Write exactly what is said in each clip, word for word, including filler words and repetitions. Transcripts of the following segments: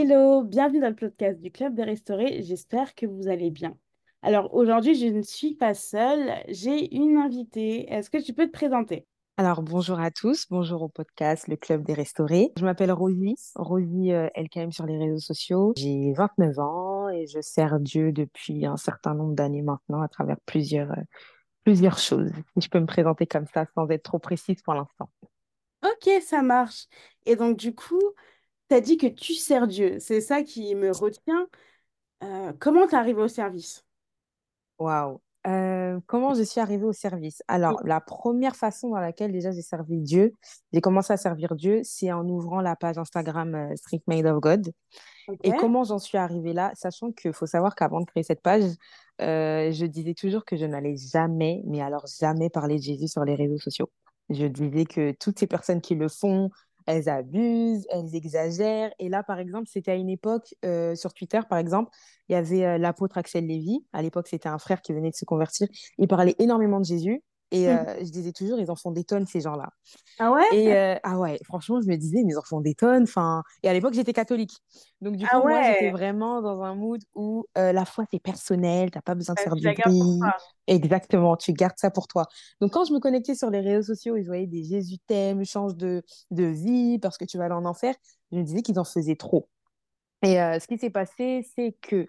Hello, bienvenue dans le podcast du Club des Restaurés. J'espère que vous allez bien. Alors aujourd'hui, je ne suis pas seule, j'ai une invitée. Est-ce que tu peux te présenter? Alors, bonjour à tous, bonjour au podcast Le Club des Restaurés. Je m'appelle Rosie, Rosie euh, L K M sur les réseaux sociaux. J'ai vingt-neuf ans et je sers Dieu depuis un certain nombre d'années maintenant à travers plusieurs, euh, plusieurs choses. Si je peux me présenter comme ça sans être trop précise pour l'instant. Ok, ça marche. Et donc du coup, tu as dit que tu sers Dieu. C'est ça qui me retient. Euh, comment t'es arrivée au service? Waouh. Euh, comment je suis arrivée au service? Oui. Alors, la première façon dans laquelle déjà j'ai servi Dieu, j'ai commencé à servir Dieu, c'est en ouvrant la page Instagram euh, Street Made of God. Et Ok. comment j'en suis arrivée là, sachant qu'il faut savoir qu'avant de créer cette page, euh, je disais toujours que je n'allais jamais, mais alors jamais parler de Jésus sur les réseaux sociaux. Je disais que toutes ces personnes qui le font, elles abusent, elles exagèrent. Et là, par exemple, c'était à une époque, euh, sur Twitter, par exemple, il y avait euh, l'apôtre Axel Lévy. À l'époque, c'était un frère qui venait de se convertir. Il parlait énormément de Jésus. Et Mhm. euh, je disais toujours, ils en font des tonnes, ces gens-là. Ah ouais? Et euh, ah ouais, franchement, je me disais, mes enfants des tonnes. Enfin, et à l'époque, j'étais catholique. Donc, du Ah coup, moi, j'étais ouais. vraiment dans un mood où euh, la foi, c'est personnel, t'as pas besoin de Ouais, faire tu du la gardes pour bruit. toi. Exactement, tu gardes ça pour toi. Donc, quand je me connectais sur les réseaux sociaux et je voyais des Jésus t'aime, change de, de vie parce que tu vas aller en enfer, je me disais qu'ils en faisaient trop. Et euh, ce qui s'est passé, c'est que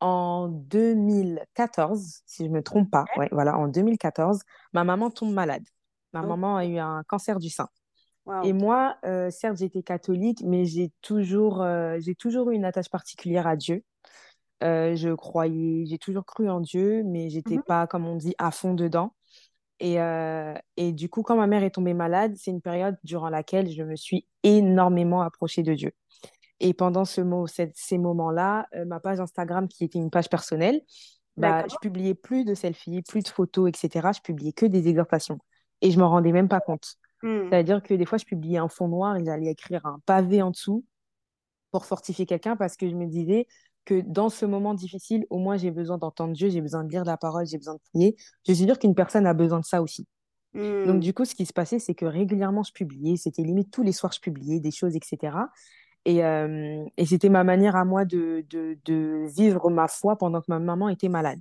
en deux mille quatorze, si je me trompe pas, ouais, voilà, en deux mille quatorze, ma maman tombe malade. Ma Oh, maman a eu un cancer du sein. Et waouh. moi, euh, certes, j'étais catholique, mais j'ai toujours, euh, j'ai toujours eu une attache particulière à Dieu. Euh, je croyais, j'ai toujours cru en Dieu, mais j'étais Mhm. pas, comme on dit, à fond dedans. Et, euh, et du coup, quand ma mère est tombée malade, c'est une période durant laquelle je me suis énormément approchée de Dieu. Et pendant ce mo- cette- ces moments-là, euh, ma page Instagram, qui était une page personnelle, bah, je D'accord. publiais plus de selfies, plus de photos, et cetera. Je publiais que des exhortations. Et je m'en rendais même pas compte. Hmm. C'est-à-dire que des fois, je publiais un fond noir et j'allais écrire un pavé en dessous pour fortifier quelqu'un parce que je me disais que dans ce moment difficile, au moins, j'ai besoin d'entendre Dieu, j'ai besoin de lire la parole, j'ai besoin de prier. Je suis sûre qu'une personne a besoin de ça aussi. Donc, Hmm. du coup, ce qui se passait, c'est que régulièrement, je publiais. C'était limite tous les soirs, je publiais des choses, et cetera. Et, euh, et c'était ma manière à moi de, de, de vivre ma foi pendant que ma maman était malade.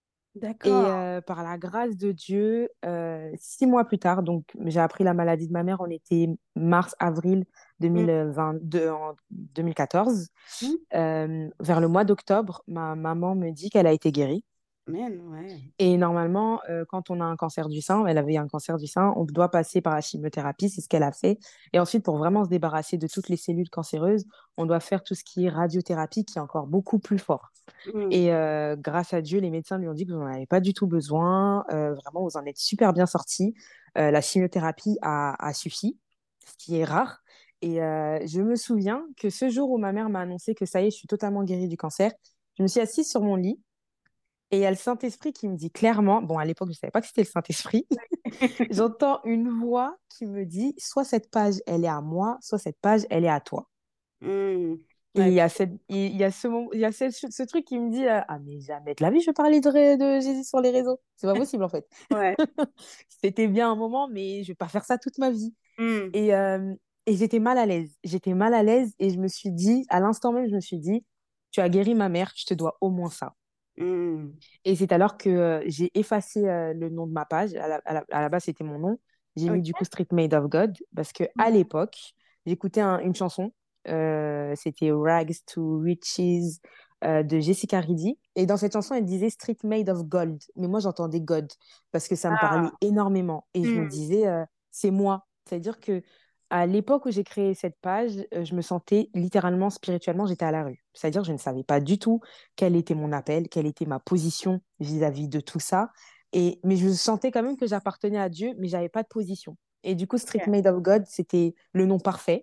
Et D'accord. euh, par la grâce de Dieu, euh, six mois plus tard, donc j'ai appris la maladie de ma mère, on était mars-avril Hmm. deux mille vingt-deux, en deux mille quatorze. Hmm. Euh, vers le mois d'octobre, ma maman me dit qu'elle a été guérie. Man, ouais. Et normalement, euh, quand on a un cancer du sein, elle avait un cancer du sein, on doit passer par la chimiothérapie, c'est ce qu'elle a fait. Et ensuite, pour vraiment se débarrasser de toutes les cellules cancéreuses, on doit faire tout ce qui est radiothérapie, qui est encore beaucoup plus fort. Hmm. Et euh, grâce à Dieu, les médecins lui ont dit que vous n'en avez pas du tout besoin. Euh, vraiment, vous en êtes super bien sorti. Euh, la chimiothérapie a, a suffi, ce qui est rare. Et euh, je me souviens que ce jour où ma mère m'a annoncé que ça y est, je suis totalement guérie du cancer, je me suis assise sur mon lit et il y a le Saint-Esprit qui me dit clairement, bon, à l'époque, je ne savais pas que c'était le Saint-Esprit, j'entends une voix qui me dit, soit cette page, elle est à moi, soit cette page, elle est à toi. Hmm. Et Ouais, il y tu... a, cette, il y a, ce, moment- il y a ce, ce truc qui me dit euh, ah, mais jamais de la vie, je vais parler de, ré- de Jésus sur les réseaux. C'est pas possible, en fait. ouais. C'était bien un moment, mais je vais pas faire ça toute ma vie. Hmm. Et, euh, et j'étais mal à l'aise. J'étais mal à l'aise et je me suis dit, à l'instant même, je me suis dit, tu as guéri ma mère, je te dois au moins ça. Hmm. Et c'est alors que euh, j'ai effacé euh, le nom de ma page. À la, à la- à la base, c'était mon nom. J'ai mis du Ok. coup Street Made of God parce que à l'époque, j'écoutais un- une chanson. Euh, c'était Rags to Riches euh, de Jessica Riddy. Et dans cette chanson, elle disait Street Made of Gold. Mais moi, j'entendais God parce que ça me Ah. parlait énormément. Et je me Hmm. disais, euh, c'est moi. C'est-à-dire que à l'époque où j'ai créé cette page, euh, je me sentais littéralement, spirituellement, j'étais à la rue. C'est-à-dire que je ne savais pas du tout quel était mon appel, quelle était ma position vis-à-vis de tout ça. Et, mais je sentais quand même que j'appartenais à Dieu, mais j'avais pas de position. Et du coup, Street Ok. Made of God, c'était le nom parfait.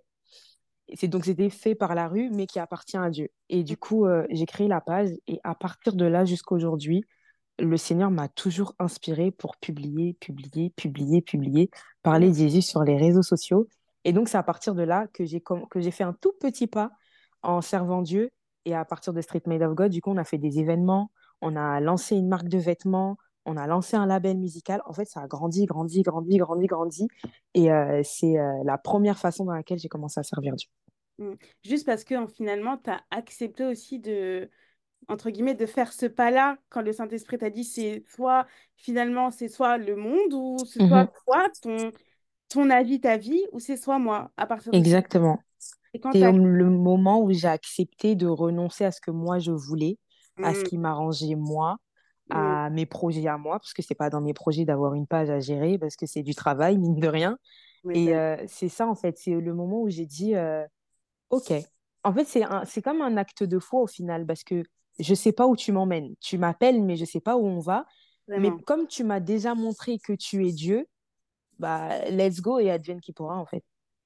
Et c'est donc c'était fait par la rue, mais qui appartient à Dieu. Et du coup, euh, j'ai créé la page et à partir de là jusqu'à aujourd'hui, le Seigneur m'a toujours inspiré pour publier, publier, publier, publier, Hmm. parler de Jésus sur les réseaux sociaux. Et donc, c'est à partir de là que j'ai com- que j'ai fait un tout petit pas en servant Dieu. Et à partir de Street Made of God, du coup, on a fait des événements, on a lancé une marque de vêtements, on a lancé un label musical. En fait, ça a grandi, grandi, grandi, grandi, grandi. Et euh, c'est euh, la première façon dans laquelle j'ai commencé à servir Dieu. Mm. Juste parce que en- finalement, tu as accepté aussi de, entre guillemets, de faire ce pas-là quand le Saint-Esprit t'a dit c'est soit, finalement, c'est soit le monde ou c'est soit Mhm. toi, ton, ton avis, ta vie, ou c'est soit moi, à partir de ce moment. Exactement. Et quand tu C'est as... au- le moment où j'ai accepté de renoncer à ce que moi je voulais, à ce qui m'arrangeait moi, à mes projets à moi, parce que c'est pas dans mes projets d'avoir une page à gérer, parce que c'est du travail, mine de rien. Et euh, c'est ça, en fait, c'est le moment où j'ai dit, euh, OK. En fait, c'est un, c'est comme un acte de foi au final, parce que je sais pas où tu m'emmènes. Tu m'appelles, mais je sais pas où on va. Mais Vraiment. comme tu m'as déjà montré que tu es Dieu, bah, let's go et advienne qui pourra, en fait.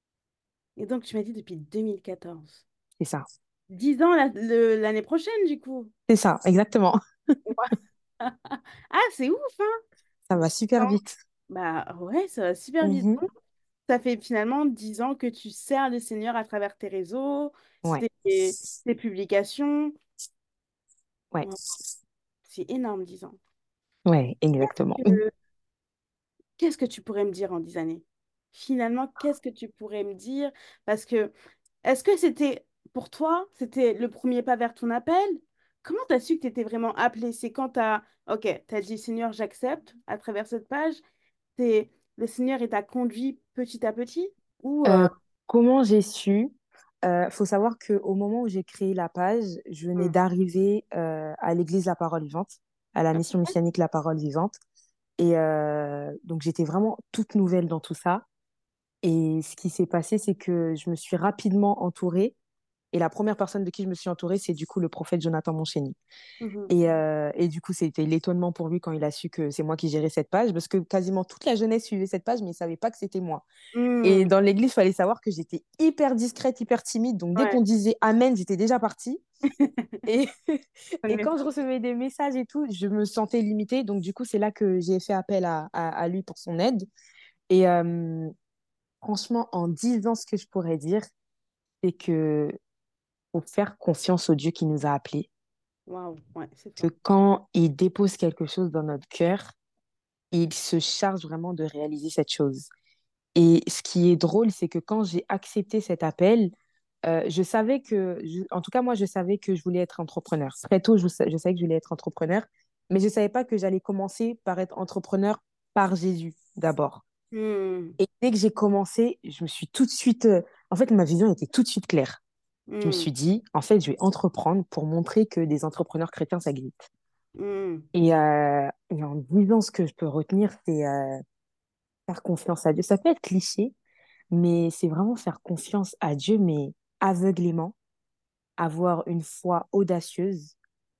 Et donc, tu m'as dit depuis deux mille quatorze. C'est ça. Dix ans la- le- l'année prochaine, du coup. C'est ça, exactement. Ouais. Ah, c'est ouf, hein? Ça va dix super ans. vite. Bah ouais, ça va super vite. Mhm. Donc, ça fait finalement dix ans que tu sers le Seigneur à travers tes réseaux, Ouais. tes, tes publications. Ouais. Ouais, c'est énorme, dix ans. Ouais, exactement. Que- Qu'est-ce que tu pourrais me dire en dix années? Finalement, qu'est-ce que tu pourrais me dire? Parce que, est-ce que c'était, pour toi, c'était le premier pas vers ton appel? Comment tu as su que tu étais vraiment appelé? C'est quand tu as, ok, tu as dit, Seigneur, j'accepte à travers cette page. C'est le Seigneur il t'a conduit petit à petit? Ou, euh, Euh, Comment j'ai su? Euh, faut savoir qu'au moment où j'ai créé la page, je venais hmm, d'arriver euh, à l'église La Parole Vivante, à la mission missionnnique La Parole Vivante. Et euh, donc, j'étais vraiment toute nouvelle dans tout ça. Et ce qui s'est passé, c'est que je me suis rapidement entourée. Et la première personne de qui je me suis entourée, c'est du coup le prophète Jonathan Monchéni. mhm, Et, euh, et du coup, c'était l'étonnement pour lui quand il a su que c'est moi qui gérais cette page, parce que quasiment toute la jeunesse suivait cette page, mais il ne savait pas que c'était moi. Et hmm, dans l'église, il fallait savoir que j'étais hyper discrète, hyper timide. Donc, dès ouais. qu'on disait Amen, j'étais déjà partie. Et, Bonne et quand je méthode. recevais des messages et tout, je me sentais limitée. Donc, du coup, c'est là que j'ai fait appel à, à, à lui pour son aide. Et euh, franchement, en dix ans, ce que je pourrais dire, c'est que faut faire confiance au Dieu qui nous a appelés. Waouh, ouais, c'est Que fort. quand il dépose quelque chose dans notre cœur, il se charge vraiment de réaliser cette chose. Et ce qui est drôle, c'est que quand j'ai accepté cet appel, euh, je savais que, je- en tout cas, moi, je savais que je voulais être entrepreneur. Très tôt, je, sa- je savais que je voulais être entrepreneur, mais je ne savais pas que j'allais commencer par être entrepreneur par Jésus d'abord. Hmm, Et dès que j'ai commencé, je me suis tout de suite, euh, en fait, ma vision était tout de suite claire. Je me hmm, suis dit, en fait, je vais entreprendre pour montrer que des entrepreneurs chrétiens, ça existe. hmm, Et, euh, et en disant ce que je peux retenir, c'est euh, faire confiance à Dieu. Ça peut être cliché, mais c'est vraiment faire confiance à Dieu, mais aveuglément, avoir une foi audacieuse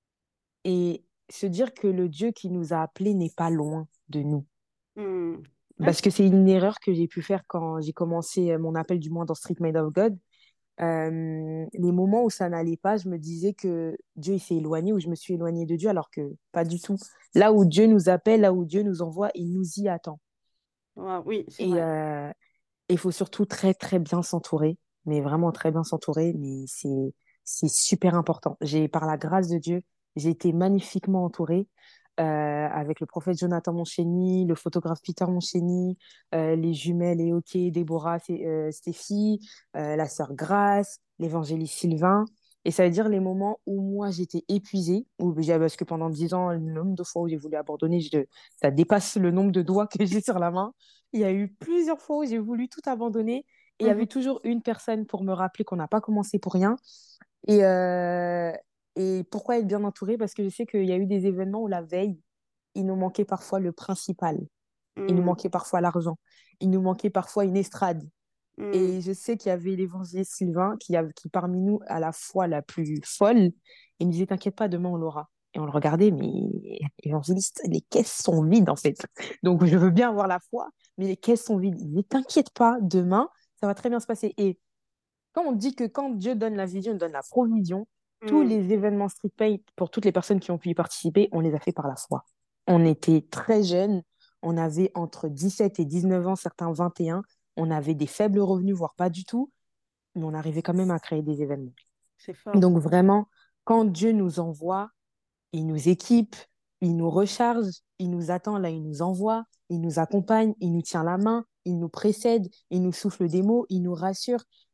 et se dire que le Dieu qui nous a appelés n'est pas loin de nous. hmm. Ouais, Parce c'est- que c'est une erreur que j'ai pu faire quand j'ai commencé euh, mon appel du mois dans Street Made of God. Euh, les moments où ça n'allait pas, je me disais que Dieu il s'est éloigné ou je me suis éloignée de Dieu alors que pas du tout. Là où Dieu nous appelle, là où Dieu nous envoie, il nous y attend. Waouh, oui, c'est Et vrai. euh, il faut surtout très très bien s'entourer, mais vraiment très bien s'entourer, mais c'est c'est super important. J'ai par la grâce de Dieu, j'ai été magnifiquement entourée euh, avec le prophète Jonathan Monchéni, le photographe Peter Monchéni, euh, les jumelles et OK, Déborah, Sté- euh, Stéphie, euh, la sœur Grace, l'évangéliste Sylvain. Et ça veut dire les moments où moi j'étais épuisée, où, j'ai- parce que pendant dix ans, le nombre de fois où j'ai voulu abandonner, je- ça dépasse le nombre de doigts que j'ai sur la main. Il y a eu plusieurs fois où j'ai voulu tout abandonner et il y Mhm, avait toujours une personne pour me rappeler qu'on n'a pas commencé pour rien. Et, euh, et pourquoi être bien entouré? Parce que je sais qu'il y a eu des événements où la veille, il nous manquait parfois le principal. Il nous hmm, manquait parfois l'argent. Il nous manquait parfois une estrade. hmm, Et je sais qu'il y avait l'évangéliste Sylvain qui, a, qui parmi nous a la foi la plus folle. Il nous disait, t'inquiète pas, demain on l'aura. Et on le regardait, mais évangéliste, les caisses sont vides en fait. Donc je veux bien avoir la foi, mais les caisses sont vides. Il dit, t'inquiète pas, demain, ça va très bien se passer. Et quand on dit que quand Dieu donne la vision, il donne la provision, tous hmm. les événements Street Pay, pour toutes les personnes qui ont pu y participer, on les a fait par la foi. On était très jeunes, on avait entre dix-sept et dix-neuf ans, certains vingt et un, on avait des faibles revenus, voire pas du tout, mais on arrivait quand même à créer des événements. C'est fort. Donc vraiment, quand Dieu nous envoie, il nous équipe, il nous recharge, il nous attend là, il nous envoie, il nous accompagne, il nous tient la main, il nous précède, il nous souffle des mots, il nous rassure.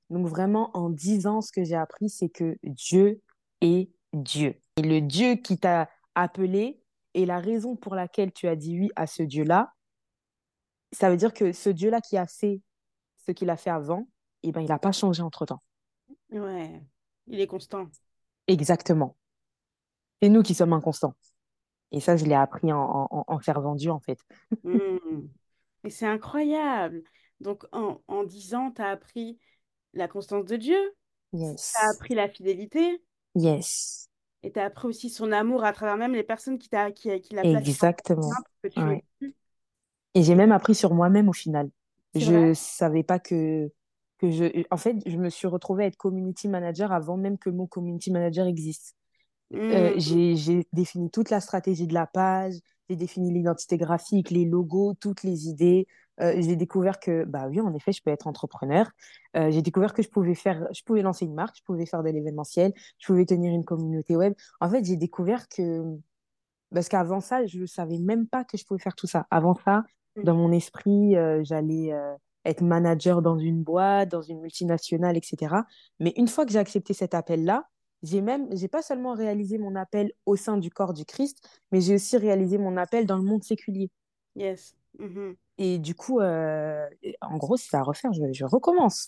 Donc vraiment, en dix ans, ce que j'ai appris, c'est que Dieu est Dieu. Et le Dieu qui t'a appelé et la raison pour laquelle tu as dit oui à ce Dieu-là, ça veut dire que ce Dieu-là qui a fait ce qu'il a fait avant, eh ben, il n'a pas changé entre-temps. Ouais, il est constant. Exactement. C'est nous qui sommes inconstants. Et ça, je l'ai appris en, en, en servant Dieu, en fait. Hmm. Et c'est incroyable. Donc, en, en dix ans, tu as appris la constance de Dieu, tu as Yes. appris la fidélité, Yes. et tu as appris aussi son amour à travers même les personnes qui t'a, qui, qui l'a placé dans ton chemin Exactement. pour que tu Ouais. évolues. Et j'ai même appris sur moi-même au final. C'est vrai? Je savais pas que, que je... En fait, je me suis retrouvée à être community manager avant même que mon community manager existe. Euh, Hmm. j'ai, j'ai défini toute la stratégie de la page, j'ai défini l'identité graphique, les logos, toutes les idées. Euh, j'ai découvert que, bah oui, en effet, je peux être entrepreneur. Euh, j'ai découvert que je pouvais faire, je pouvais lancer une marque, je pouvais faire de l'événementiel, je pouvais tenir une communauté web. En fait, j'ai découvert que parce qu'avant ça, je ne savais même pas que je pouvais faire tout ça. Avant ça, dans mon esprit, euh, j'allais euh, être manager dans une boîte, dans une multinationale, et cetera. Mais une fois que j'ai accepté cet appel-là, j'ai même, j'ai pas seulement réalisé mon appel au sein du corps du Christ, mais j'ai aussi réalisé mon appel dans le monde séculier. Yes. Mhm. Et du coup, euh, en gros, si c'est à refaire, je, je recommence.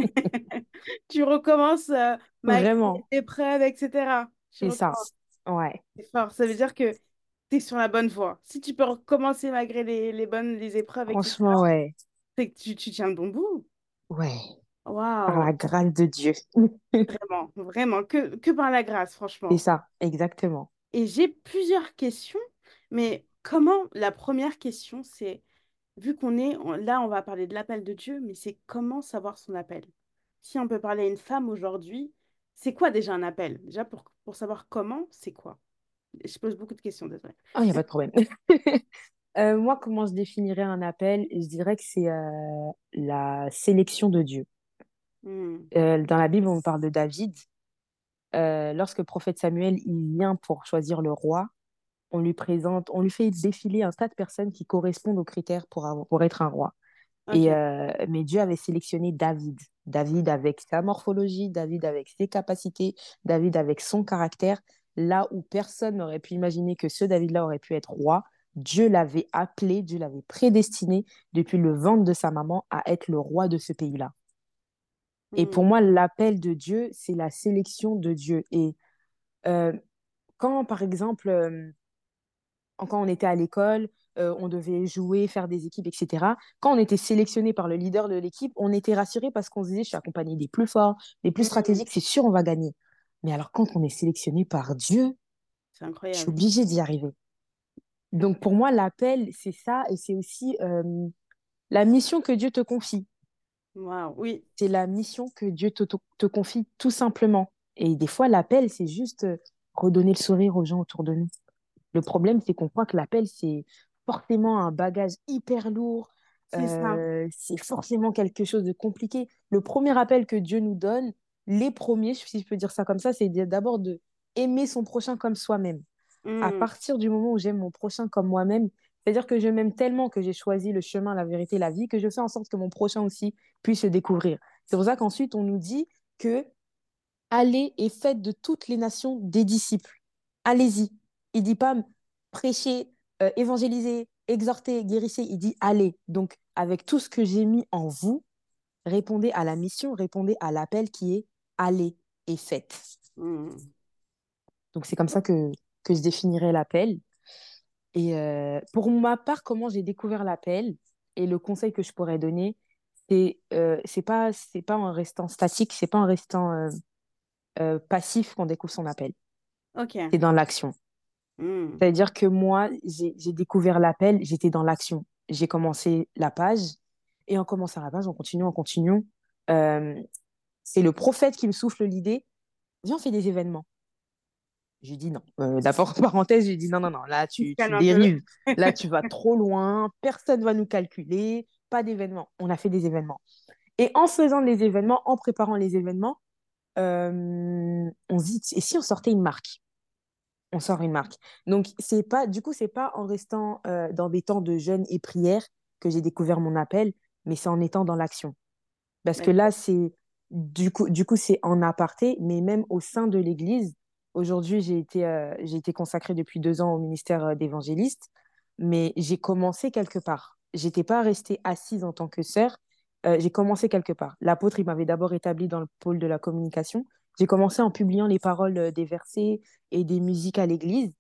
Tu recommences euh, malgré Vraiment. les épreuves, et cetera. Tu C'est ça. recommences. Ouais. C'est fort. Ça veut dire que tu es sur la bonne voie. Si tu peux recommencer malgré les, les bonnes les épreuves, et cetera, Franchement, ouais. c'est que tu, tu tiens le bon bout. Ouais. Par Waouh. la grâce de Dieu. Vraiment, vraiment. Que, que par la grâce, C'est franchement. ça, exactement. Et j'ai plusieurs questions, mais comment, la première question, c'est, vu qu'on est, on- là, on va parler de l'appel de Dieu, mais c'est comment savoir son appel? Si on peut parler à une femme aujourd'hui, c'est quoi déjà un appel? Déjà, pour, pour savoir comment, c'est quoi? Je pose beaucoup de questions, désolé. Ah, il n'y a pas de problème. Euh, moi, comment je définirais un appel? Je dirais que c'est euh, la sélection de Dieu. Hmm. Euh, dans la Bible, on parle de David. Euh, lorsque le prophète Samuel il vient pour choisir le roi, on lui présente, on lui fait défiler un tas de personnes qui correspondent aux critères pour, avoir- pour être un roi. Et, Ok. euh, mais Dieu avait sélectionné David. David avec sa morphologie, David avec ses capacités, David avec son caractère. Là où personne n'aurait pu imaginer que ce David-là aurait pu être roi, Dieu l'avait appelé, Dieu l'avait prédestiné depuis le ventre de sa maman à être le roi de ce pays-là. Et Hmm. pour moi, l'appel de Dieu, c'est la sélection de Dieu. Et euh, quand, par exemple, euh, quand on était à l'école, euh, on devait jouer, faire des équipes, et cetera. Quand on était sélectionné par le leader de l'équipe, on était rassuré parce qu'on se disait, je suis accompagné des plus forts, des plus Hmm. stratégiques, c'est sûr, on va gagner. Mais alors, quand on est sélectionné par Dieu, C'est je suis incroyable. obligée d'y arriver. Donc, pour moi, l'appel, c'est ça, et c'est aussi euh, la mission que Dieu te confie. Waouh, oui, C'est la mission que Dieu te, te, te confie tout simplement. Et des fois, l'appel, c'est juste euh, redonner le sourire aux gens autour de nous. Le problème, c'est qu'on croit que l'appel, c'est forcément un bagage hyper lourd, c'est ça. euh, c'est forcément quelque chose de compliqué. Le premier appel que Dieu nous donne, les premiers, si je peux dire ça comme ça, c'est d'abord de aimer son prochain comme soi-même. À Hmm. partir du moment où j'aime mon prochain comme moi-même, c'est-à-dire que je m'aime tellement que j'ai choisi le chemin, la vérité, la vie, que je fais en sorte que mon prochain aussi puisse se découvrir. C'est pour ça qu'ensuite, on nous dit que allez et faites de toutes les nations des disciples. Allez-y. Il dit pas prêcher, euh, évangéliser, exhorter, guérissez. Il dit allez. Donc, avec tout ce que j'ai mis en vous, répondez à la mission, répondez à l'appel qui est allez et faites. Hmm. Donc, c'est comme ça que, que je définirais l'appel. Et euh, pour ma part, comment j'ai découvert l'appel et le conseil que je pourrais donner, c'est euh, c'est pas c'est pas en restant statique, c'est pas en restant euh, euh, passif qu'on découvre son appel. Ok. C'est dans l'action. Hmm. C'est-à-dire que moi, j'ai j'ai découvert l'appel, j'étais dans l'action. J'ai commencé la page et en commençant la page, en continuant, en continuant, euh, c'est le prophète qui me souffle l'idée, viens, on fait des événements. J'ai dit non. Euh, D'abord, parenthèse, j'ai dit non, non, non, là, Il se tu, tu calme un peu. dérives. Là, tu vas trop loin, personne va nous calculer, pas d'événements. On a fait des événements. Et en faisant les événements, en préparant les événements, euh, on se dit, et si on sortait une marque? On sort une marque. Donc, c'est pas, du coup, c'est pas en restant euh, dans des temps de jeûne et prière que j'ai découvert mon appel, mais c'est en étant dans l'action. Parce que là, D'accord. c'est Du coup, du coup, c'est en aparté, mais même au sein de l'Église. Aujourd'hui, j'ai été, euh, j'ai été consacrée depuis deux ans au ministère euh, d'évangéliste, mais j'ai commencé quelque part. J'étais pas restée assise en tant que sœur. Euh, j'ai commencé quelque part. L'apôtre, il m'avait d'abord établi dans le pôle de la communication. J'ai commencé en publiant les paroles euh, des versets et des musiques à l'Église.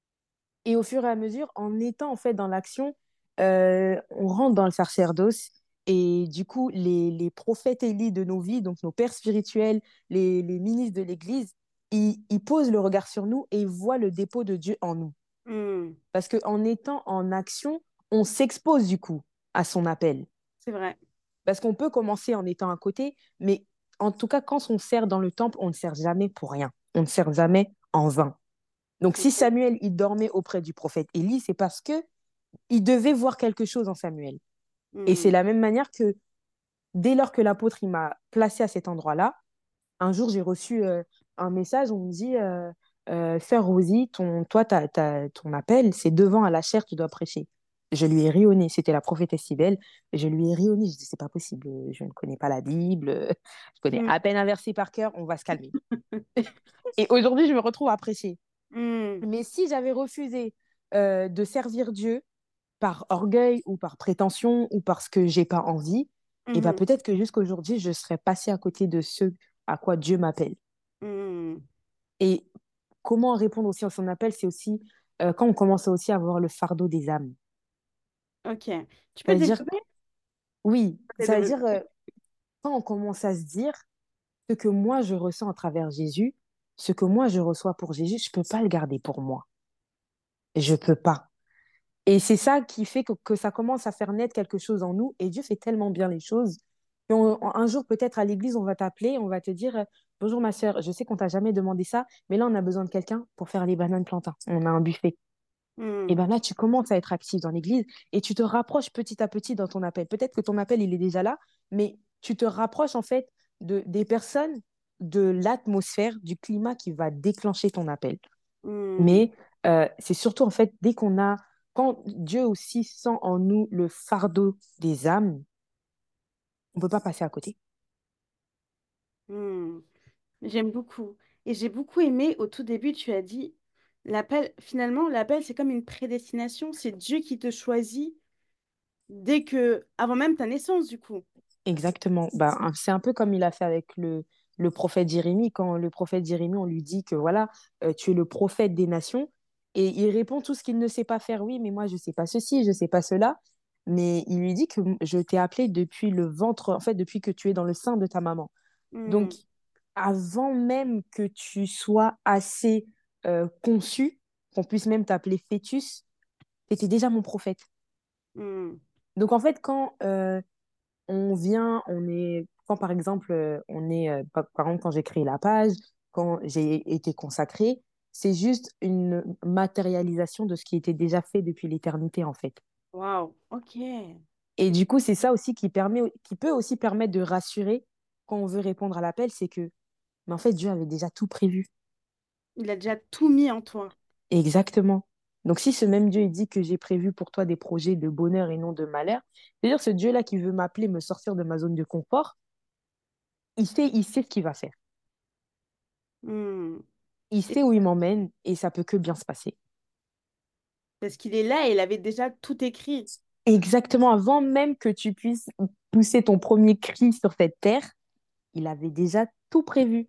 Et au fur et à mesure, en étant en fait dans l'action, euh, on rentre dans le sacerdoce. Et du coup, les, les prophètes élis de nos vies, donc nos pères spirituels, les, les ministres de l'Église, ils, ils posent le regard sur nous et ils voient le dépôt de Dieu en nous. Hmm, Parce qu'en étant en action, on s'expose du coup à son appel. c'est vrai. Parce qu'on peut commencer en étant à côté, mais en tout cas, quand on sert dans le temple, on ne sert jamais pour rien. On ne sert jamais en vain. Donc, si Ok. Samuel, il dormait auprès du prophète Élie, c'est parce que il devait voir quelque chose en Samuel. Et c'est Hmm, la même manière que dès lors que l'apôtre il m'a placé à cet endroit-là, un jour j'ai reçu euh, un message, on me dit euh, euh, Sœur Rosie, ton, toi, ta, ta- ton appel, c'est devant à la chaire, tu dois prêcher. Je lui ai ri au nez, c'était la prophétesse Cybèle. Je lui ai ri au nez, je dis c'est pas possible, je ne connais pas la Bible, je connais hmm, à peine un verset par cœur, on va se calmer. Et aujourd'hui, je me retrouve à prêcher. hmm, Mais si j'avais refusé euh, de servir Dieu, par orgueil ou par prétention ou parce que j'ai pas envie, et ben mhm, peut-être que jusqu'aujourd'hui, je serais passée à côté de ce à quoi Dieu m'appelle. hmm. Et comment répondre aussi à son appel, c'est aussi euh, quand on commence aussi à voir le fardeau des âmes. Ok. Tu peux C'est-à-dire, développer? oui, Peut ça veut dire développer. euh, quand on commence à se dire ce que moi je ressens à travers Jésus, ce que moi je reçois pour Jésus, je peux pas le garder pour moi. Je peux pas. Et c'est ça qui fait que, que ça commence à faire naître quelque chose en nous. Et Dieu fait tellement bien les choses. qu'on- un jour, peut-être à l'église, on va t'appeler, on va te dire euh, Bonjour ma sœur, je sais qu'on t'a jamais demandé ça, mais là, on a besoin de quelqu'un pour faire les bananes plantains. On a un buffet. Et Hmm, bien là, tu commences à être actif dans l'église et tu te rapproches petit à petit dans ton appel. Peut-être que ton appel, il est déjà là, mais tu te rapproches en fait de, des personnes, de l'atmosphère, du climat qui va déclencher ton appel. hmm, Mais euh, c'est surtout en fait dès qu'on a, quand Dieu aussi sent en nous le fardeau des âmes, on ne peut pas passer à côté. hmm. J'aime beaucoup. Et j'ai beaucoup aimé, au tout début, tu as dit, l'appel, finalement, l'appel, c'est comme une prédestination. C'est Dieu qui te choisit dès que, avant même ta naissance, du coup. Exactement. Bah, un- c'est un peu comme il a fait avec le, le prophète Jérémie. Quand le prophète Jérémie, on lui dit que voilà, euh, tu es le prophète des nations, et il répond tout ce qu'il ne sait pas faire. Oui, mais moi, je ne sais pas ceci, je ne sais pas cela. Mais il lui dit que je t'ai appelé depuis le ventre, en fait, depuis que tu es dans le sein de ta maman. Donc, Hmm, avant même que tu sois assez euh, conçu, qu'on puisse même t'appeler fœtus, tu étais déjà mon prophète. hmm, Donc, en fait, quand euh, on vient, on est, quand par exemple, euh, on est, euh, par par exemple, quand j'ai créé la page, quand j'ai été consacrée, c'est juste une matérialisation de ce qui était déjà fait depuis l'éternité, en fait. waouh, ok. Et du coup, c'est ça aussi qui permet, qui peut aussi permettre de rassurer quand on veut répondre à l'appel, c'est que, mais en fait, Dieu avait déjà tout prévu. Il a déjà tout mis en toi. Exactement. Donc, si ce même Dieu il dit que j'ai prévu pour toi des projets de bonheur et non de malheur, c'est-à-dire ce Dieu-là qui veut m'appeler, me sortir de ma zone de confort, il sait, il sait ce qu'il va faire. Hmm. Il Et sait où il m'emmène et ça peut que bien se passer. parce qu'il est là et il avait déjà tout écrit. Exactement, avant même que tu puisses pousser ton premier cri sur cette terre, il avait déjà tout prévu.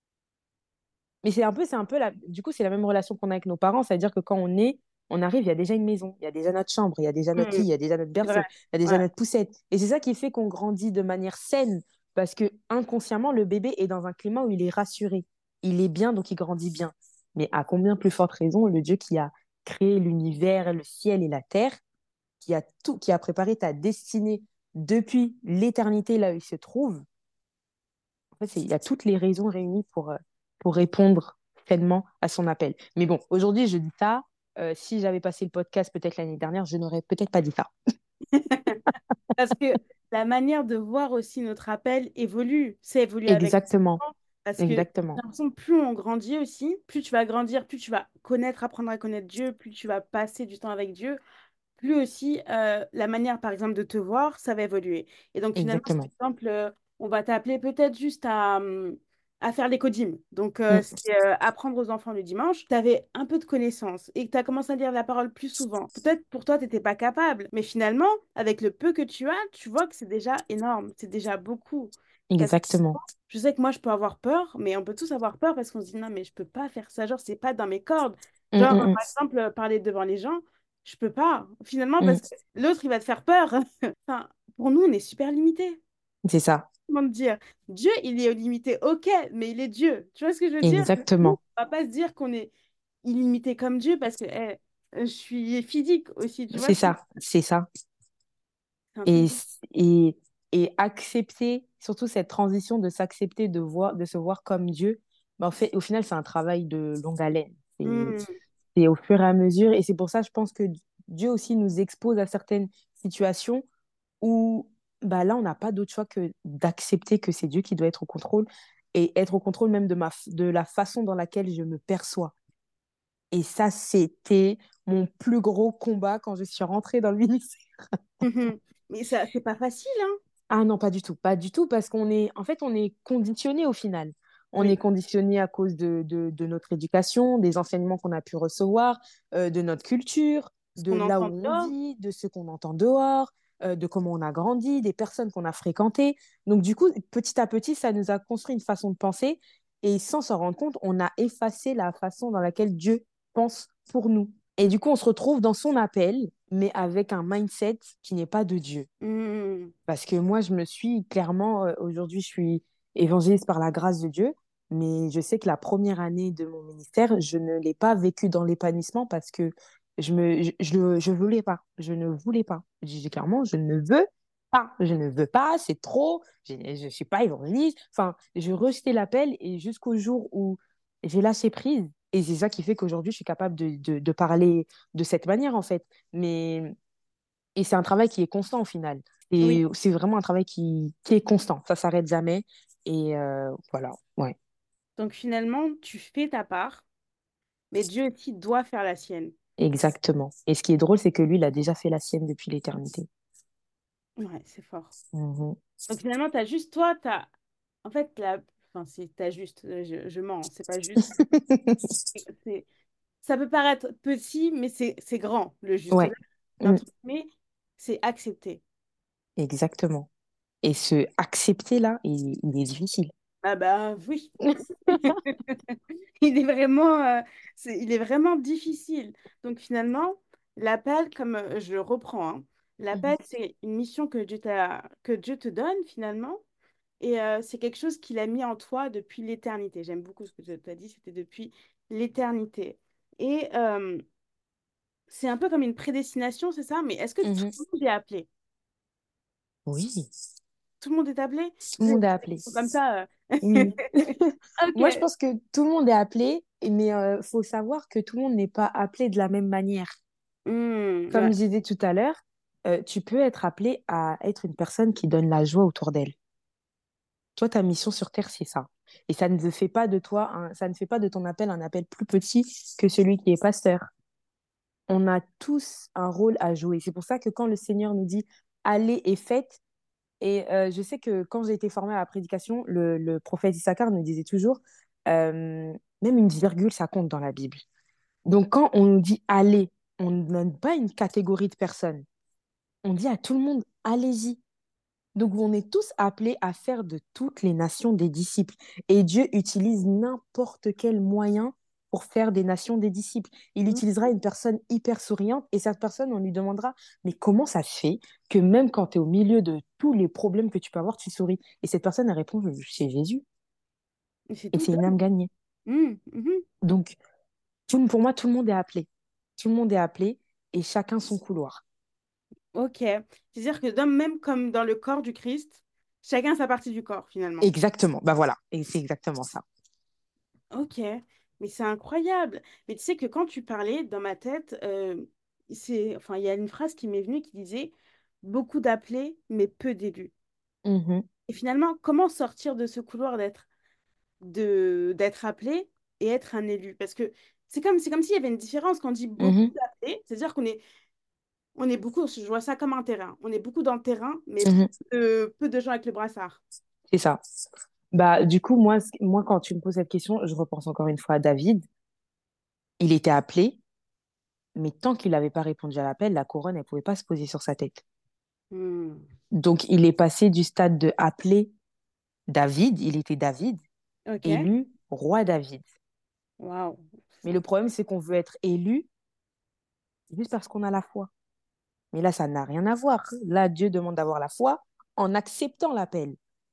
Mais c'est un peu, c'est un peu la, du coup, c'est la même relation qu'on a avec nos parents, c'est-à-dire que quand on est, on arrive, il y a déjà une maison, il y a déjà notre chambre, il y a déjà notre Hmm, lit, il y a déjà notre c'est vrai. berceau, il y a déjà Ouais. notre poussette. Et c'est ça qui fait qu'on grandit de manière saine, parce que inconsciemment, le bébé est dans un climat où il est rassuré. Il est bien, donc il grandit bien. Mais à combien plus forte raison, le Dieu qui a créé l'univers, le ciel et la terre, qui a tout, qui a préparé ta destinée depuis l'éternité là où il se trouve, en fait, c'est- il y a toutes les raisons réunies pour, euh, pour répondre pleinement à son appel. Mais bon, aujourd'hui, je dis ça. Euh, si j'avais passé le podcast peut-être l'année dernière, je n'aurais peut-être pas dit ça. Parce que la manière de voir aussi notre appel évolue. C'est évolué avec le Exactement. temps. Parce que j'ai Exactement. l'impression que plus on grandit aussi, plus tu vas grandir, plus tu vas connaître, apprendre à connaître Dieu, plus tu vas passer du temps avec Dieu, plus aussi euh, la manière, par exemple, de te voir, ça va évoluer. Et donc, finalement, cet Exactement. exemple, euh, on va t'appeler peut-être juste à, hum, à faire les codimes. Donc, euh, Mm, c'est euh, apprendre aux enfants le dimanche. Tu avais un peu de connaissances et que tu as commencé à lire la parole plus souvent. Peut-être pour toi, tu n'étais pas capable, mais finalement, avec le peu que tu as, tu vois que c'est déjà énorme, c'est déjà beaucoup. Parce que exactement. je sais que moi, je peux avoir peur, mais on peut tous avoir peur parce qu'on se dit non, mais je peux pas faire ça. Genre, c'est pas dans mes cordes. Mm, Genre, mm, par exemple, euh, parler devant les gens, je peux pas. Finalement, mm, parce mm. que l'autre, il va te faire peur. Enfin, pour nous, on est super limité. C'est ça, Comment te dire? Dieu, il est limité, ok, mais il est Dieu. Tu vois ce que je veux dire? Nous, exactement. on va pas se dire qu'on est illimité comme Dieu parce que eh, je suis physique aussi. Tu vois C'est ce que ça, c'est ça. c'est un truc Et, de... et, et accepter, surtout cette transition de s'accepter, de voir, de se voir comme Dieu, ben, en fait, au final, c'est un travail de longue haleine. C'est Hmm. c'est au fur et à mesure. Et c'est pour ça, je pense que Dieu aussi nous expose à certaines situations où bah là, on n'a pas d'autre choix que d'accepter que c'est Dieu qui doit être au contrôle et être au contrôle même de, ma, de la façon dans laquelle je me perçois. Et ça, c'était mon plus gros combat quand je suis rentrée dans le ministère. Mhm. Mais ça, c'est pas facile, hein? Ah non, pas du tout, pas du tout, parce qu'on est, en fait, on est conditionné au final. On est Oui, conditionné à cause de, de, de notre éducation, des enseignements qu'on a pu recevoir, euh, de notre culture, ce de qu'on là entend où on dehors. vit, de ce qu'on entend dehors, euh, de comment on a grandi, des personnes qu'on a fréquentées. Donc, du coup, petit à petit, ça nous a construit une façon de penser et sans s'en rendre compte, on a effacé la façon dans laquelle Dieu pense pour nous. Et du coup, on se retrouve dans son appel, mais avec un mindset qui n'est pas de Dieu. Hmm. Parce que moi, je me suis clairement, euh, aujourd'hui, je suis évangéliste par la grâce de Dieu, mais je sais que la première année de mon ministère, je ne l'ai pas vécu dans l'épanouissement parce que je me, je, je, le- je voulais pas, je ne voulais pas. Je dis clairement, je ne veux pas, je ne veux pas, c'est trop, je ne suis pas évangéliste. Enfin, je rejetais l'appel et jusqu'au jour où j'ai lâché prise. Et c'est ça qui fait qu'aujourd'hui, je suis capable de, de, de parler de cette manière, en fait. Mais et c'est un travail qui est constant au final. Oui. Et c'est vraiment un travail qui, qui est constant. Ça s'arrête jamais. Et euh, voilà, ouais, Donc finalement, tu fais ta part, mais Dieu aussi doit faire la sienne. exactement. Et ce qui est drôle, c'est que lui, il a déjà fait la sienne depuis l'éternité. Ouais, c'est fort. Mhm. Donc finalement, tu as juste toi, tu as... En fait, la... enfin, c'est t'as juste, euh, je, je mens, c'est pas juste. C'est... Ça peut paraître petit, mais c'est c'est grand, le juste. Ouais, C'est-à-dire, mm, entre guillemets, c'est accepté. exactement. Et ce accepter là, il, il est difficile. Ah bah oui. Il est vraiment, euh, c'est, il est vraiment difficile. Donc finalement, l'appel, comme euh, je reprends, hein, Mhm. l'appel, c'est une mission que Dieu t'a, que Dieu te donne finalement. Et euh, c'est quelque chose qu'il a mis en toi depuis l'éternité. J'aime beaucoup ce que tu as dit, c'était depuis l'éternité. Et euh, c'est un peu comme une prédestination, c'est ça? Mais est-ce que tout Mhm. le monde est appelé? Oui, Tout le monde est appelé? tout le C'est monde est appelé. comme ça. euh. Oui. Ok. Moi, je pense que tout le monde est appelé, mais il faut savoir que tout le monde n'est pas appelé de la même manière. Hmm, Comme ouais. je disais tout à l'heure, euh, tu peux être appelé à être une personne qui donne la joie autour d'elle. Toi, ta mission sur Terre, c'est ça. Et ça ne fait pas de toi, un- ça ne fait pas de ton appel un appel plus petit que celui qui est pasteur. On a tous un rôle à jouer. C'est pour ça que quand le Seigneur nous dit allez et faites, et euh, je sais que quand j'ai été formée à la prédication, le, le prophète Issachar nous disait toujours, euh, même une virgule, ça compte dans la Bible. Donc quand on nous dit allez, on ne donne pas une catégorie de personnes. On dit à tout le monde, allez-y. Donc, on est tous appelés à faire de toutes les nations des disciples. Et Dieu utilise n'importe quel moyen pour faire des nations des disciples. Il Hmm, utilisera une personne hyper souriante et cette personne, on lui demandera, mais comment ça se fait que même quand tu es au milieu de tous les problèmes que tu peux avoir, tu souris? Et cette personne, elle répond, c'est Jésus. c'est Et tout c'est une seul. âme gagnée. Hmm, mhm. Donc, tout- pour moi, tout le monde est appelé. Tout le monde est appelé et chacun son couloir. Ok. C'est-à-dire que dans- même comme dans le corps du Christ, chacun a sa partie du corps finalement. Exactement. Bah voilà. Et c'est exactement ça. Ok. Mais c'est incroyable. Mais tu sais que quand tu parlais dans ma tête, euh, c'est, enfin, il y a une phrase qui m'est venue qui disait beaucoup d'appelés, mais peu d'élus. Mhm, Et finalement, comment sortir de ce couloir d'être de d'être appelé et être un élu? Parce que c'est comme, c'est comme s'il y avait une différence quand on dit beaucoup mhm, d'appelés, c'est-à-dire qu'on est, on est beaucoup, je vois ça comme un terrain. On est beaucoup dans le terrain, mais mhm. peu, peu de gens avec le brassard. c'est ça. Bah, du coup, moi, ce- moi, quand tu me poses cette question, je repense encore une fois à David. Il était appelé, mais tant qu'il n'avait pas répondu à l'appel, la couronne, elle pouvait pas se poser sur sa tête. Hmm. Donc, il est passé du stade de appelé David, il était David, Ok. élu roi David. Waouh. Mais le problème, c'est qu'on veut être élu juste parce qu'on a la foi. Mais là, ça n'a rien à voir. Là, Dieu demande d'avoir la foi en acceptant l'appel.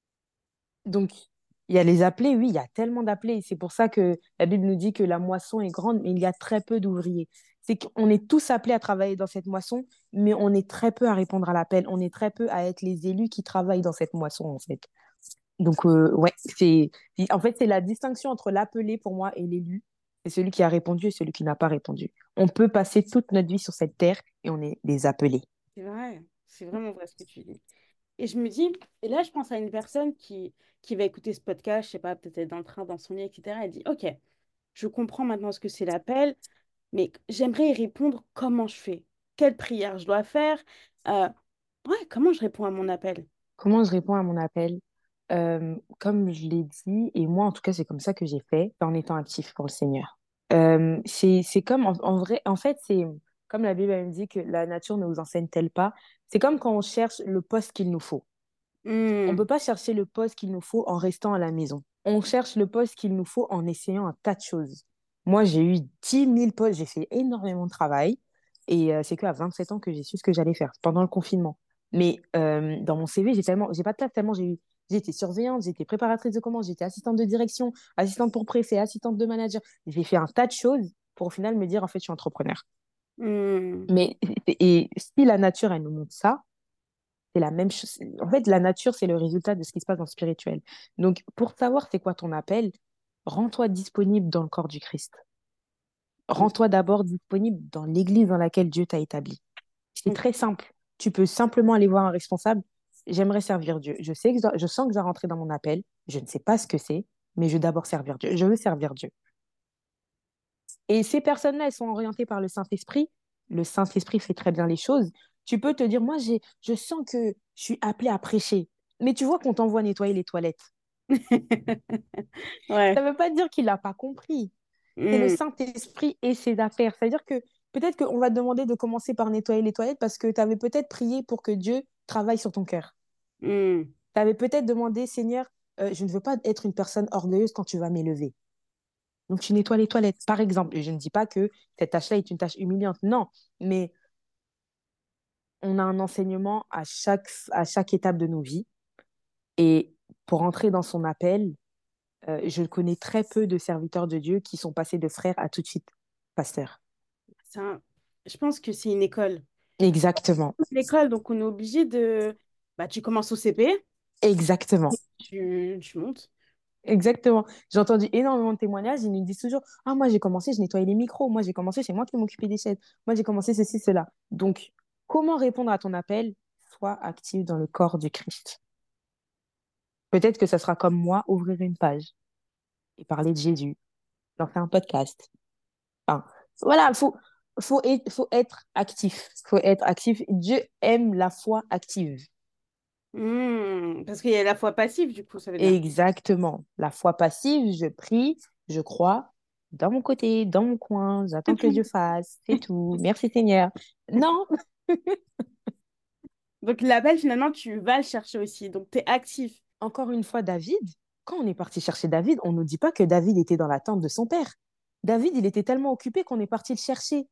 Donc, il y a les appelés, oui, il y a tellement d'appelés. C'est pour ça que la Bible nous dit que la moisson est grande, mais il y a très peu d'ouvriers. C'est qu'on est tous appelés à travailler dans cette moisson, mais on est très peu à répondre à l'appel. On est très peu à être les élus qui travaillent dans cette moisson, en fait. Donc, euh, ouais, c'est, en fait, c'est la distinction entre l'appelé pour moi et l'élu. C'est celui qui a répondu et celui qui n'a pas répondu. On peut passer toute notre vie sur cette terre et on est des appelés. C'est vrai. C'est vraiment vrai ce que tu dis. Et je me dis, et là, je pense à une personne qui, qui va écouter ce podcast, je sais pas, peut-être être dans le train, dans son lit, et cetera. Elle dit, OK, je comprends maintenant ce que c'est l'appel, mais j'aimerais y répondre comment je fais, quelle prière je dois faire, euh, ouais, comment je réponds à mon appel. Comment je réponds à mon appel? Euh, comme je l'ai dit, et moi en tout cas c'est comme ça que j'ai fait, en étant actif pour le Seigneur. Euh, c'est, c'est comme, en, en vrai, en fait c'est comme la Bible elle me dit que la nature ne vous enseigne-t-elle pas? C'est comme quand on cherche le poste qu'il nous faut. On ne Hmm, peut pas chercher le poste qu'il nous faut en restant à la maison. On cherche le poste qu'il nous faut en essayant un tas de choses. Moi, j'ai eu dix mille postes, j'ai fait énormément de travail et euh, c'est qu'à vingt-sept ans que j'ai su ce que j'allais faire pendant le confinement. Mais euh, dans mon C V, j'ai tellement, j'ai pas de taf, tellement j'ai eu, j'ai été surveillante, j'ai été préparatrice de commandes, j'ai été assistante de direction, assistante pour préfet, assistante de manager. J'ai fait un tas de choses pour au final me dire en fait, je suis entrepreneur. hmm. Mais et si la nature, elle nous montre ça, c'est la même chose. En fait, la nature, c'est le résultat de ce qui se passe dans le spirituel. Donc, pour savoir c'est quoi ton appel, rends-toi disponible dans le corps du Christ. Rends-toi d'abord disponible dans l'église dans laquelle Dieu t'a établi. C'est Ok. très simple. Tu peux simplement aller voir un responsable. J'aimerais servir Dieu. Je sais que je, dois- je sens que je dois rentrer dans mon appel. Je ne sais pas ce que c'est, mais je veux d'abord servir Dieu. Je veux servir Dieu. Et ces personnes-là, elles sont orientées par le Saint-Esprit. Le Saint-Esprit fait très bien les choses. Tu peux te dire, moi, j'ai, je sens que je suis appelée à prêcher. Mais tu vois qu'on t'envoie nettoyer les toilettes. Ça Ouais. ne veut pas dire qu'il n'a pas compris. C'est le Hmm, Saint-Esprit et ses affaires. C'est-à-dire que peut-être qu'on va te demander de commencer par nettoyer les toilettes parce que tu avais peut-être prié pour que Dieu travaille sur ton cœur. hmm, Tu avais peut-être demandé, Seigneur, euh, je ne veux pas être une personne orgueilleuse quand tu vas m'élever. Donc, tu nettoies les toilettes, par exemple. Et je ne dis pas que cette tâche-là est une tâche humiliante. Non, mais on a un enseignement à chaque, à chaque étape de nos vies. Et pour entrer dans son appel, euh, je connais très peu de serviteurs de Dieu qui sont passés de frère à tout de suite pasteur. c'est un- Je pense que c'est une école. Exactement. Une école, donc on est obligé de... Bah, tu commences au C P, Exactement. tu, tu montes. Exactement. J'ai entendu énormément de témoignages. Ils nous disent toujours, ah, moi, j'ai commencé, je nettoyais les micros. Moi, j'ai commencé, c'est moi qui m'occupais des chaises. Moi, j'ai commencé ceci, cela. Donc, comment répondre à ton appel? Sois actif dans le corps du Christ. Peut-être que ça sera comme moi, ouvrir une page et parler de Jésus, lancer un podcast. Enfin, voilà, il faut, faut, être, faut être actif. Faut être actif. Dieu aime la foi active. Hmm, parce qu'il y a la foi passive, du coup, ça veut dire. Exactement. La foi passive, je prie, je crois, dans mon côté, dans mon coin, C'est j'attends que tout. Dieu fasse, c'est tout. Merci Seigneur. Non, Donc l'appel, finalement, tu vas le chercher aussi. Donc tu es actif. encore une fois, David, quand on est parti chercher David, on ne nous dit pas que David était dans la tente de son père. David, il était tellement occupé qu'on est parti le chercher.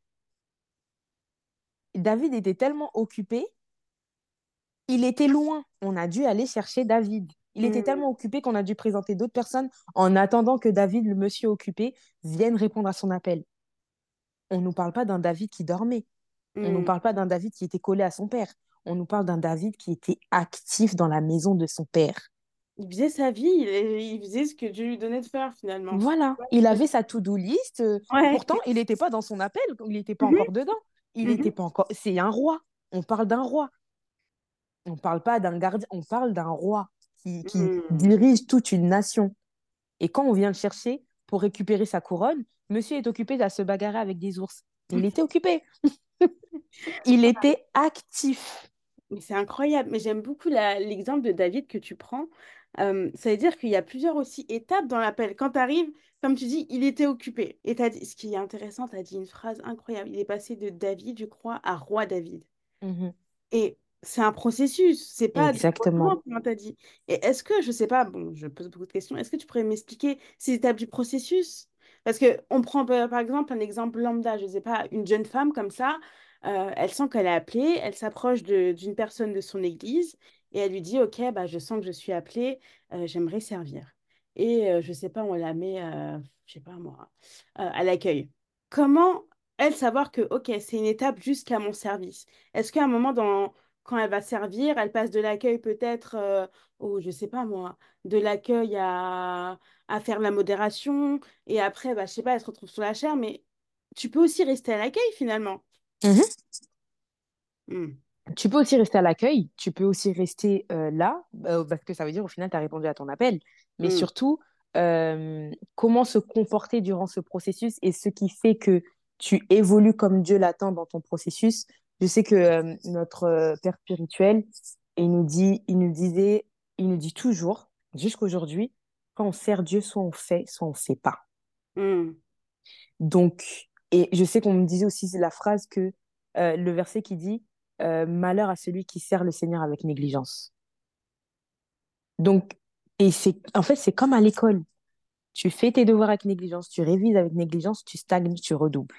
David était tellement occupé, il était loin. On a dû aller chercher David. Il était Hmm, tellement occupé qu'on a dû présenter d'autres personnes en attendant que David, le monsieur occupé, vienne répondre à son appel. On ne nous parle pas d'un David qui dormait. On ne nous hmm. parle pas d'un David qui était collé à son père. On nous parle d'un David qui était actif dans la maison de son père. Il faisait sa vie, il, il faisait ce que Dieu lui donnait de faire, finalement. Voilà, Ouais. il avait sa to-do list. euh, Ouais. Pourtant, il n'était pas dans son appel, il n'était pas Mhm, encore dedans. Il n'était mhm, pas encore. C'est un roi. On parle d'un roi. On ne parle pas d'un gardien. On parle d'un roi qui, qui hmm. dirige toute une nation. Et quand on vient le chercher pour récupérer sa couronne, monsieur est occupé à se bagarrer avec des ours. Il était occupé. Il était actif. Mais c'est incroyable. Mais j'aime beaucoup la- l'exemple de David que tu prends. Euh, ça veut dire qu'il y a plusieurs aussi étapes dans l'appel. Quand tu arrives, comme tu dis, il était occupé. Et t'as dit, ce qui est intéressant, tu as dit une phrase incroyable. Il est passé de David, je crois, à roi David. Mhm. Et c'est un processus, c'est pas du jour au Exactement. lendemain, comme t'as dit. Et est-ce que, je sais pas, bon, je pose beaucoup de questions, est-ce que tu pourrais m'expliquer ces étapes du processus? Parce que on prend par par exemple un exemple lambda, je sais pas, une jeune femme comme ça, euh, elle sent qu'elle est appelée, elle s'approche de- d'une personne de son église et elle lui dit, OK, bah, je sens que je suis appelée, euh, j'aimerais servir. Et euh, je sais pas, on la met, euh, je sais pas moi, euh, à l'accueil. Comment elle savoir que, OK, c'est une étape jusqu'à mon service? Est-ce qu'à un moment, dans, quand elle va servir, elle passe de l'accueil peut-être euh, au, je sais pas moi, de l'accueil à, à faire la modération, et après, bah, je sais pas, elle se retrouve sur la chaire, mais tu peux aussi rester à l'accueil finalement. Mhm. Hmm. Tu peux aussi rester à l'accueil, tu peux aussi rester euh, là, euh, parce que ça veut dire au final, tu as répondu à ton appel. Mais Hmm. surtout, euh, comment se comporter durant ce processus et ce qui fait que tu évolues comme Dieu l'attend dans ton processus. Je sais que euh, notre euh, Père spirituel, il nous dit, il nous disait, il nous dit toujours, jusqu'aujourd'hui, quand on sert Dieu, soit on fait, soit on fait pas. Hmm. Donc, et je sais qu'on me disait aussi la phrase que euh, le verset qui dit euh, malheur à celui qui sert le Seigneur avec négligence. Donc, et c'est en fait, c'est comme à l'école. Tu fais tes devoirs avec négligence, tu révises avec négligence, tu stagnes, tu redoubles.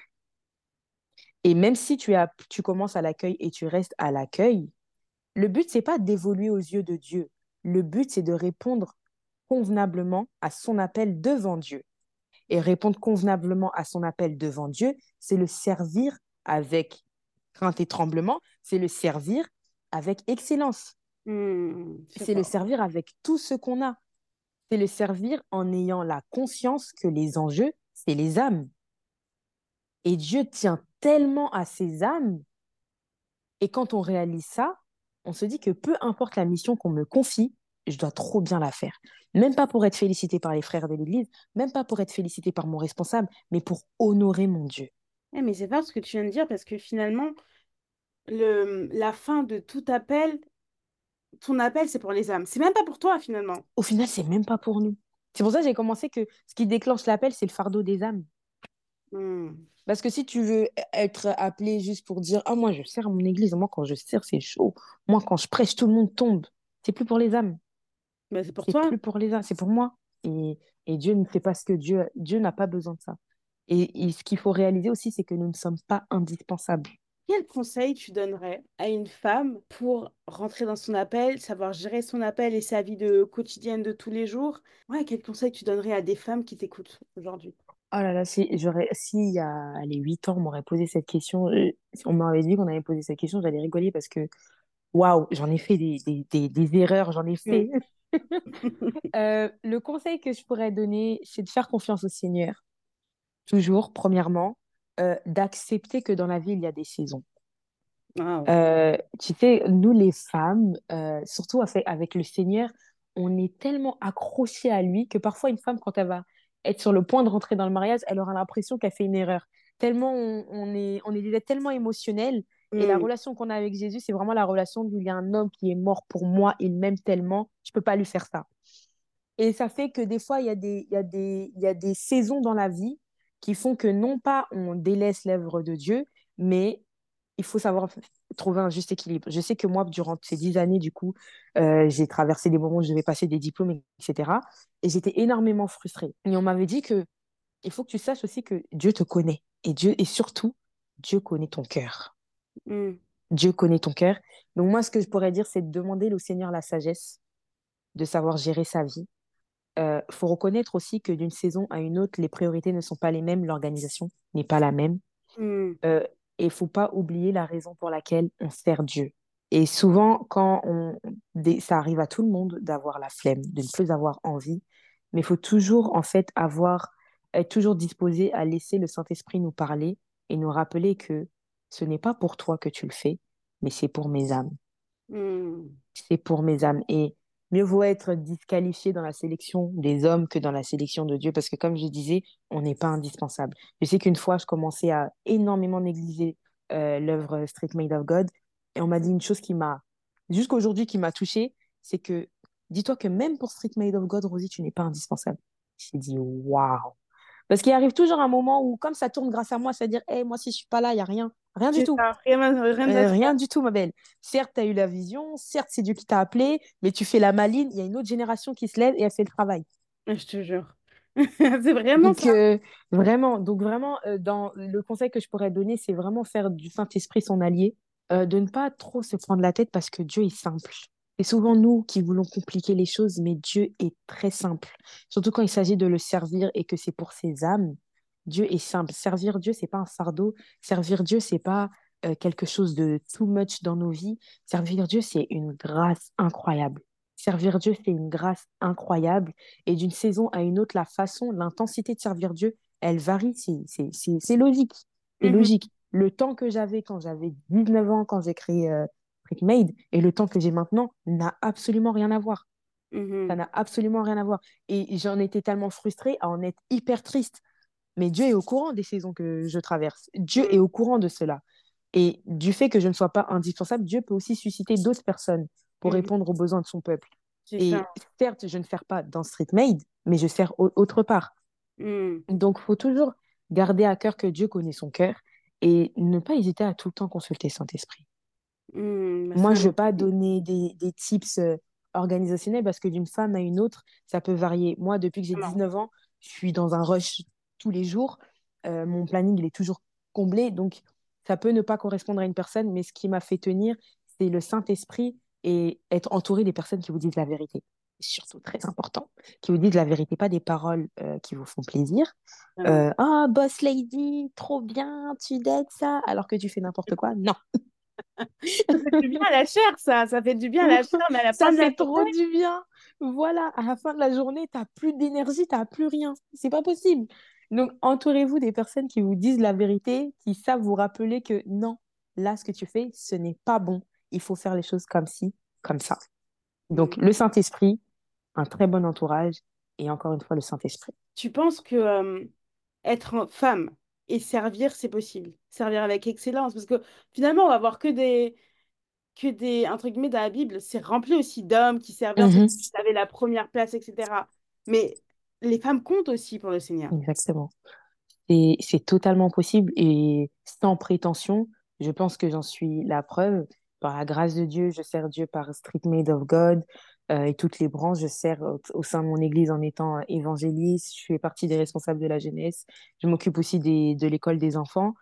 Et même si tu as, tu commences à l'accueil et tu restes à l'accueil, le but, c'est pas d'évoluer aux yeux de Dieu. Le but, c'est de répondre convenablement à son appel devant Dieu. Et répondre convenablement à son appel devant Dieu, c'est le servir avec crainte et tremblement, c'est le servir avec excellence, Hmm. Je c'est le vois. servir avec tout ce qu'on a, c'est le servir en ayant la conscience que les enjeux, c'est les âmes. Et Dieu tient tellement à ces âmes, et quand on réalise ça, on se dit que peu importe la mission qu'on me confie, je dois trop bien la faire. Même pas pour être félicité par les frères de l'Église, même pas pour être félicité par mon responsable, mais pour honorer mon Dieu. Eh, mais c'est fort ce que tu viens de dire parce que finalement, le, la fin de tout appel, ton appel, c'est pour les âmes. C'est même pas pour toi finalement. Au final, c'est même pas pour nous. C'est pour ça que j'ai commencé que ce qui déclenche l'appel, c'est le fardeau des âmes. Hmm. Parce que si tu veux être appelé juste pour dire, ah, moi, je sers à mon église, moi, quand je sers, c'est chaud. Moi, quand je prêche, tout le monde tombe. C'est plus pour les âmes. Ben, c'est pour C'est toi. plus pour les âmes, c'est pour moi. Et, et Dieu ne fait pas ce que Dieu, Dieu n'a pas besoin de ça. Et, et ce qu'il faut réaliser aussi, c'est que nous ne sommes pas indispensables. Quel conseil tu donnerais à une femme pour rentrer dans son appel, savoir gérer son appel et sa vie de quotidienne de tous les jours? Ouais, quel conseil tu donnerais à des femmes qui t'écoutent aujourd'hui? Oh là là, si j'aurais, si il y a les huit ans, on m'aurait posé cette question, euh, si on m'avait dit qu'on avait posé cette question, j'allais rigoler parce que, waouh, j'en ai fait des, des, des, des erreurs, j'en ai Hmm. fait. Euh, le conseil que je pourrais donner, c'est de faire confiance au Seigneur, toujours, premièrement, euh, d'accepter que dans la vie, il y a des saisons. Wow. Euh, tu sais, nous les femmes, euh, surtout avec, avec le Seigneur, on est tellement accrochés à lui que parfois une femme, quand elle va être sur le point de rentrer dans le mariage, elle aura l'impression qu'elle fait une erreur. Tellement on, on est, on est des êtres tellement émotionnels. Et la Hmm. relation qu'on a avec Jésus, c'est vraiment la relation d'il y a un homme qui est mort pour moi, il m'aime tellement, je peux pas lui faire ça. Et ça fait que des fois, il y a des, il y a des, il y a des saisons dans la vie qui font que non pas on délaisse l'œuvre de Dieu, mais il faut savoir f- trouver un juste équilibre. Je sais que moi, durant ces dix années, du coup, euh, j'ai traversé des moments où je devais passer des diplômes, et cetera. Et j'étais énormément frustrée. Et on m'avait dit que il faut que tu saches aussi que Dieu te connaît. Et Dieu, et surtout, Dieu connaît ton cœur. Hmm. Dieu connaît ton cœur. Donc moi, ce que je pourrais dire, c'est de demander au Seigneur la sagesse de savoir gérer sa vie. Euh, faut reconnaître aussi que d'une saison à une autre, les priorités ne sont pas les mêmes, l'organisation n'est pas la même. Hmm. Euh, et il faut pas oublier la raison pour laquelle on sert Dieu. Et souvent, quand on, des- ça arrive à tout le monde d'avoir la flemme, de ne plus avoir envie, mais il faut toujours, en fait, avoir, être toujours disposé à laisser le Saint-Esprit nous parler et nous rappeler que ce n'est pas pour toi que tu le fais, mais c'est pour mes âmes, Hmm. c'est pour mes âmes. Et mieux vaut être disqualifié dans la sélection des hommes que dans la sélection de Dieu, parce que comme je disais, on n'est pas indispensable. Je sais qu'une fois, je commençais à énormément négliger euh, l'œuvre Street Made of God, et on m'a dit une chose qui m'a, jusqu'aujourd'hui, qui m'a touchée, c'est que dis-toi que même pour Street Made of God, Rosie, tu n'es pas indispensable. J'ai dit, waouh. Parce qu'il arrive toujours un moment où, comme ça tourne grâce à moi, c'est-à-dire, hey, moi, si je suis pas là, il n'y a rien. Rien du C'est tout. ça, rien, rien ne va Euh, se faire. rien du tout, ma belle. Certes, tu as eu la vision, certes, c'est Dieu qui t'a appelé, mais tu fais la maline, il y a une autre génération qui se lève et elle fait le travail. Je te jure. C'est vraiment Donc, ça. euh, vraiment, donc vraiment euh, dans le conseil que je pourrais donner, c'est vraiment faire du Saint-Esprit son allié, euh, de ne pas trop se prendre la tête parce que Dieu est simple. C'est souvent nous qui voulons compliquer les choses, mais Dieu est très simple. Surtout quand il s'agit de le servir et que c'est pour ses âmes. Dieu est simple. Servir Dieu, c'est pas un fardeau. Servir Dieu, c'est pas euh, quelque chose de too much dans nos vies. Servir Dieu, c'est une grâce incroyable. Servir Dieu, c'est une grâce incroyable. Et d'une saison à une autre, la façon, l'intensité de servir Dieu, elle varie. C'est c'est- c'est- c'est logique. C'est Mhm, logique. Le temps que j'avais quand j'avais dix-neuf ans, quand j'ai créé euh, Made, et le temps que j'ai maintenant n'a absolument rien à voir. Ça mhm, n'a absolument rien à voir. Et j'en étais tellement frustrée à en être hyper triste. Mais Dieu est au courant des saisons que je traverse. Dieu est mhm, au courant de cela. Et du fait que je ne sois pas indispensable, Dieu peut aussi susciter d'autres personnes pour mhm. répondre aux besoins de son peuple. C'est ça. Et certes, je ne sers pas dans Street Made, mais je sers au- autre part. Mhm, Donc, il faut toujours garder à cœur que Dieu connaît son cœur et ne pas hésiter à tout le temps consulter Saint-Esprit. mhm. Bah, c'est Moi, je un ne veux pas donner des, des tips euh, organisationnels parce que d'une femme à une autre, ça peut varier. Moi, depuis que j'ai élément. dix-neuf ans, je suis dans un rush tous les jours. Euh, mon planning, il est toujours comblé. Donc, ça peut ne pas correspondre à une personne, mais ce qui m'a fait tenir, c'est le Saint-Esprit et être entouré des personnes qui vous disent la vérité. C'est surtout très important, qui vous disent la vérité, pas des paroles euh, qui vous font plaisir. Vraiment. Euh, Ah, boss lady, trop bien, tu dettes ça, alors que tu fais n'importe quoi. Non. Ça fait du bien à la chair, ça. Ça fait du bien à la chair, mais à la fin Ça de la fait journée. trop du bien. Voilà, à la fin de la journée, tu n'as plus d'énergie, tu n'as plus rien. C'est pas possible. Donc, entourez-vous des personnes qui vous disent la vérité, qui savent vous rappeler que non, là, ce que tu fais, ce n'est pas bon. Il faut faire les choses comme ci, comme ça. Mhm. Donc, le Saint-Esprit, un très bon entourage, et encore une fois, le Saint-Esprit. Tu penses que euh, être femme et servir, c'est possible? Servir avec excellence? Parce que finalement, on va voir que des, que des, entre guillemets, dans la Bible, c'est rempli aussi d'hommes qui servaient, entre Mhm. guillemets, qui avaient la première place, et cetera. Mais les femmes comptent aussi pour le Seigneur. Exactement. Et c'est totalement possible et sans prétention, je pense que j'en suis la preuve. Par la grâce de Dieu, je sers Dieu par Street Made of God euh, et toutes les branches. Je sers au, au sein de mon église en étant évangéliste. Je fais partie des responsables de la jeunesse. Je m'occupe aussi des, de l'école des enfants.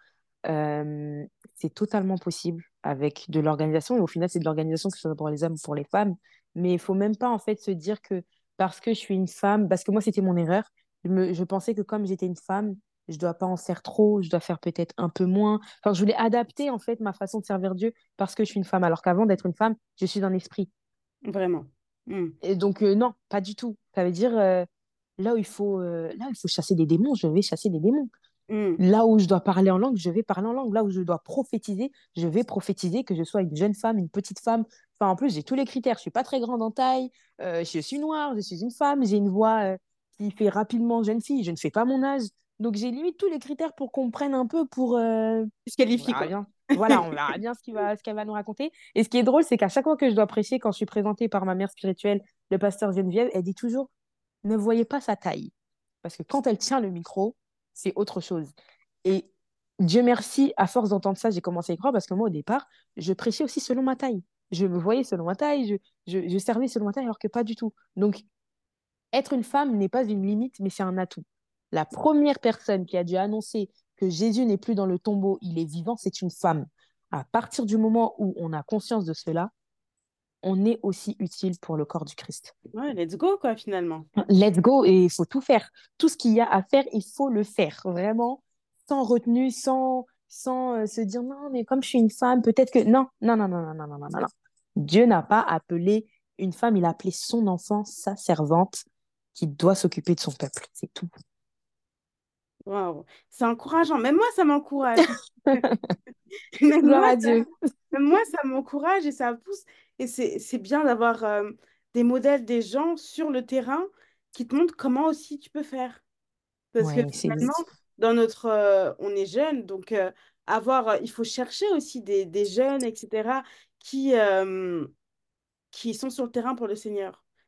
Euh, c'est totalement possible avec de l'organisation. Et au final, c'est de l'organisation que ce soit pour les hommes ou pour les femmes. Mais il faut même pas en fait se dire que parce que je suis une femme, parce que moi, c'était mon erreur. Je, me- je pensais que comme j'étais une femme, je dois pas en faire trop, je dois faire peut-être un peu moins. Enfin, je voulais adapter en fait ma façon de servir Dieu parce que je suis une femme. Alors qu'avant d'être une femme, je suis un esprit. Vraiment. Mm. Et donc euh, non, pas du tout. Ça veut dire euh, là où il faut, euh, là où il faut chasser des démons, je vais chasser des démons. Mm. Là où je dois parler en langue, je vais parler en langue. Là où je dois prophétiser, je vais prophétiser, que je sois une jeune femme, une petite femme. Enfin, en plus, j'ai tous les critères. Je suis pas très grande en taille, euh, je suis noire, je suis une femme, j'ai une voix euh, qui fait rapidement jeune fille, je ne fais pas mon âge. Donc, j'ai limite tous les critères pour qu'on prenne un peu pour... euh, Je On qualifie, verra quoi. bien. Voilà, on verra bien ce qu'il va, ce qu'elle va nous raconter. Et ce qui est drôle, c'est qu'à chaque fois que je dois prêcher, quand je suis présentée par ma mère spirituelle, le pasteur Geneviève, elle dit toujours, ne voyez pas sa taille. Parce que quand elle tient le micro, c'est autre chose. Et Dieu merci, à force d'entendre ça, j'ai commencé à y croire parce que moi, au départ, je prêchais aussi selon ma taille. Je me voyais selon ma taille, je, je, je servais selon ma taille, alors que pas du tout. Donc, être une femme n'est pas une limite, mais c'est un atout. La première personne qui a dû annoncer que Jésus n'est plus dans le tombeau, il est vivant, c'est une femme. À partir du moment où on a conscience de cela, on est aussi utile pour le corps du Christ. Ouais, let's go, quoi, finalement. Let's go et il faut tout faire. Tout ce qu'il y a à faire, il faut le faire. Vraiment, sans retenue, sans, sans euh, se dire non, mais comme je suis une femme, peut-être que. Non, non, non, non, non, non, non, non, non. non. Dieu n'a pas appelé une femme, il a appelé son enfant, sa servante, qui doit s'occuper de son peuple. C'est tout. Waouh. C'est encourageant. Même moi, ça m'encourage. Même Gloire moi, à ça, Dieu. même moi, ça m'encourage et ça pousse. Et c'est, c'est bien d'avoir euh, des modèles, des gens sur le terrain qui te montrent comment aussi tu peux faire. Parce que Oui, c'est finalement, dans notre, euh, on est jeune, donc euh, avoir, euh, il faut chercher aussi des, des jeunes, et cetera, qui, euh, qui sont sur le terrain pour le Seigneur.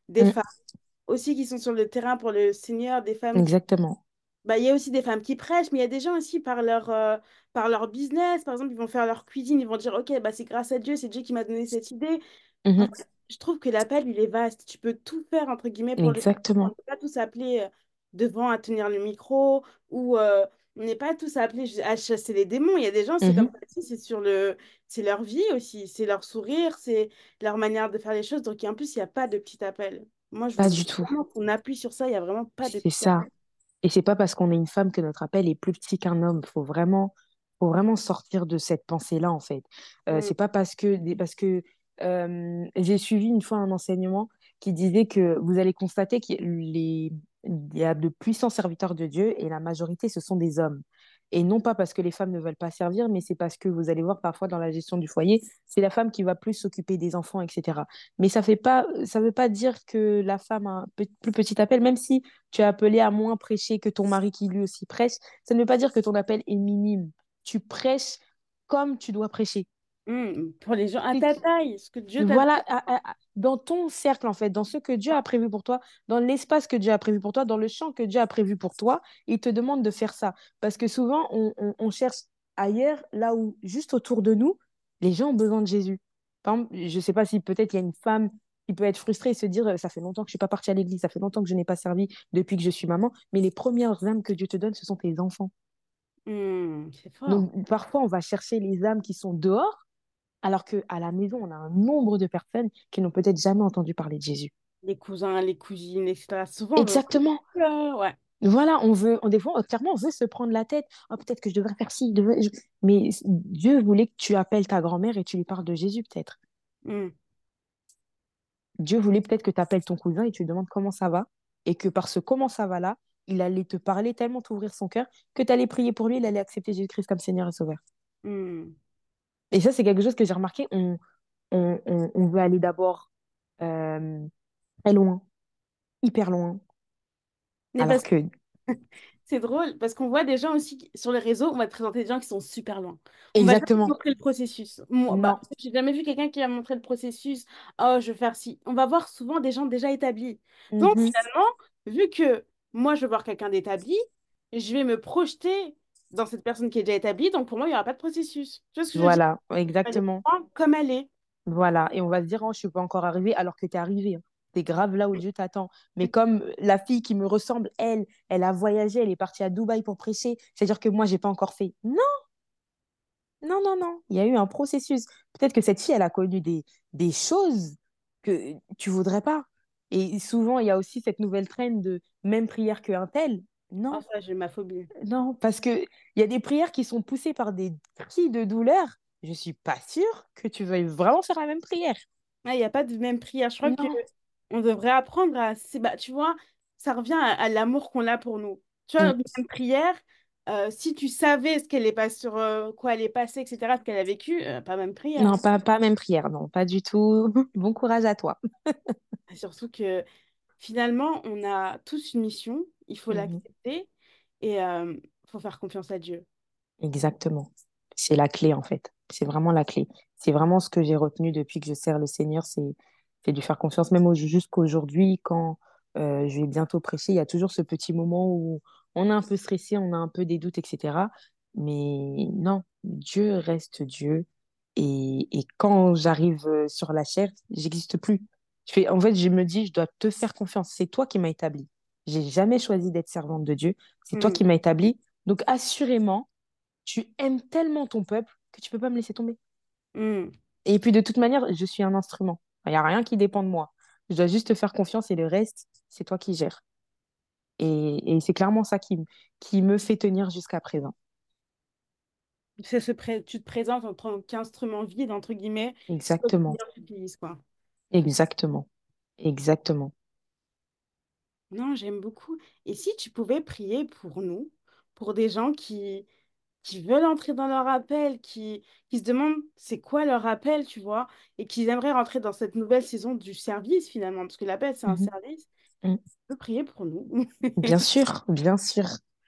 des Mm, femmes aussi qui sont sur le terrain pour le Seigneur, des femmes qui... exactement. Bah, il y a aussi des femmes qui prêchent, mais il y a des gens aussi par leur, euh, par leur business. Par exemple, ils vont faire leur cuisine, ils vont dire, OK, bah, c'est grâce à Dieu, c'est Dieu qui m'a donné cette idée. En Mhm, fait, je trouve que l'appel, il est vaste. Tu peux tout faire, entre guillemets, pour le... On exactement. n'est pas tous appelés euh, devant à tenir le micro ou euh, on n'est pas tous appelés ju- à chasser les démons. Il y a des gens, c'est comme Mhm, ça aussi, c'est sur le... C'est leur vie aussi, c'est leur sourire, c'est leur manière de faire les choses. Donc, en plus, il n'y a pas de petit appel. Moi, je pas voudrais du tout. vraiment qu'on appuie sur ça. Il n'y a vraiment pas de C'est petit ça. appel. Et c'est pas parce qu'on est une femme que notre appel est plus petit qu'un homme. Faut vraiment, faut vraiment sortir de cette pensée-là, en fait. Euh, Mm, c'est pas parce que, parce que euh, j'ai suivi une fois un enseignement qui disait que vous allez constater qu'il y a les- il y a de puissants serviteurs de Dieu et la majorité, ce sont des hommes. Et non pas parce que les femmes ne veulent pas servir, mais c'est parce que vous allez voir parfois dans la gestion du foyer, c'est la femme qui va plus s'occuper des enfants, et cetera. Mais ça fait pas, ça veut pas dire que la femme a un pe- plus petit appel, même si tu es appelé à moins prêcher que ton mari qui lui aussi prêche. Ça ne veut pas dire que ton appel est minime. Tu prêches comme tu dois prêcher. mm. Pour les gens à Si ta tu- taille, ce que Dieu t'a Voilà, donné. à- à- à- dans ton cercle, en fait, dans ce que Dieu a prévu pour toi, dans l'espace que Dieu a prévu pour toi, dans le champ que Dieu a prévu pour toi, il te demande de faire ça. Parce que souvent, on, on- on cherche ailleurs, là où, juste autour de nous, les gens ont besoin de Jésus. Par exemple, je ne sais pas si peut-être il y a une femme qui peut être frustrée et se dire, euh, ça fait longtemps que je ne suis pas partie à l'église, ça fait longtemps que je n'ai pas servi depuis que je suis maman, mais les premières âmes que Dieu te donne, ce sont tes enfants. Mm, c'est fort. Donc, parfois, on va chercher les âmes qui sont dehors, alors qu'à la maison, on a un nombre de personnes qui n'ont peut-être jamais entendu parler de Jésus. Les cousins, les cousines, et cetera. Souvent, on veut... Exactement. Euh, ouais. Voilà, on veut, on, des fois, clairement, on veut se prendre la tête. Ah, peut-être que je devrais faire ci. devrais- je- Mais Dieu voulait que tu appelles ta grand-mère et tu lui parles de Jésus, peut-être. Mm. Dieu voulait peut-être que tu appelles ton cousin et tu lui demandes comment ça va. Et que par ce comment ça va là, il allait te parler, tellement t'ouvrir son cœur, que tu allais prier pour lui, il allait accepter Jésus-Christ comme Seigneur et Sauveur. Mm. Et ça, c'est quelque chose que j'ai remarqué. On, on, on, on veut aller d'abord euh, très loin, hyper loin. Mais Alors parce que, c'est drôle parce qu'on voit des gens aussi qui- sur les réseaux, on va te présenter des gens qui sont super loin. On va jamais te exactement. montrer le processus. Moi, bah, Non. j'ai jamais vu quelqu'un qui a montré le processus. Oh, je vais faire ci. On va voir souvent des gens déjà établis. Donc Mhm. finalement, vu que moi je veux voir quelqu'un d'établi, je vais me projeter dans cette personne qui est déjà établie. Donc pour moi, il n'y aura pas de processus. Tu vois ce que je veux dire? Voilà, Je vais les exactement. prendre comme elle est. Voilà. Et on va se dire, oh, je suis pas encore arrivée, alors que tu es arrivée. Hein. T'es grave là où Dieu t'attend. Mais comme la fille qui me ressemble, elle, elle a voyagé, elle est partie à Dubaï pour prêcher, c'est-à-dire que moi, j'ai pas encore fait. Non, non, non, non. Il y a eu un processus. Peut-être que cette fille, elle a connu des, des choses que tu voudrais pas. Et souvent, il y a aussi cette nouvelle traîne de même prière qu'un tel. Oh, Non, ça, j'ai ma phobie. non, parce que il y a des prières qui sont poussées par des cris de douleur. Je suis pas sûre que tu veuilles vraiment faire la même prière. Ah, il n'y a pas de même prière. Je crois que Non. on devrait apprendre à... c'est- Bah, tu vois, ça revient à, à l'amour qu'on a pour nous. Tu vois, Mm. une prière, euh, si tu savais ce qu'elle est pas sur euh, quoi elle est passée, et cetera, ce qu'elle a vécu, euh, pas même prière. Non, Hein. pas, pas même prière, non, pas du tout. Bon courage à toi. Et surtout que finalement, on a tous une mission, il faut Mhm. l'accepter et il faut faire confiance à Dieu. Exactement. C'est la clé, en fait. C'est vraiment la clé. C'est vraiment ce que j'ai retenu depuis que je sers le Seigneur, c'est c'est de lui faire confiance. Même au- jusqu'aujourd'hui, quand euh, je vais bientôt prêcher, il y a toujours ce petit moment où on est un peu stressé, on a un peu des doutes, et cetera. Mais non, Dieu reste Dieu. Et, et quand j'arrive euh, sur la chair, j'existe plus. Je fais, en fait, je me dis, je dois te faire confiance. C'est toi qui m'as établi. J'ai jamais choisi d'être servante de Dieu. C'est toi Mm, qui m'as établi. Donc, assurément, tu aimes tellement ton peuple que tu peux pas me laisser tomber. mm. Et puis de toute manière, je suis un instrument. Il n'y a rien qui dépend de moi. Je dois juste te faire confiance et le reste, c'est toi qui gères. Et, et c'est clairement ça qui, m- qui me fait tenir jusqu'à présent. C'est ce pré- Tu te présentes en tant qu'instrument vide, entre guillemets, que le Exactement. Seigneur utilise, quoi. Exactement. Exactement. Non, j'aime beaucoup. Et si tu pouvais prier pour nous, pour des gens qui, qui veulent entrer dans leur appel, qui, qui se demandent c'est quoi leur appel, tu vois, et qui aimeraient rentrer dans cette nouvelle saison du service finalement, parce que l'appel, c'est un Mhm. service, Mm. tu peux prier pour nous. Bien sûr, bien sûr.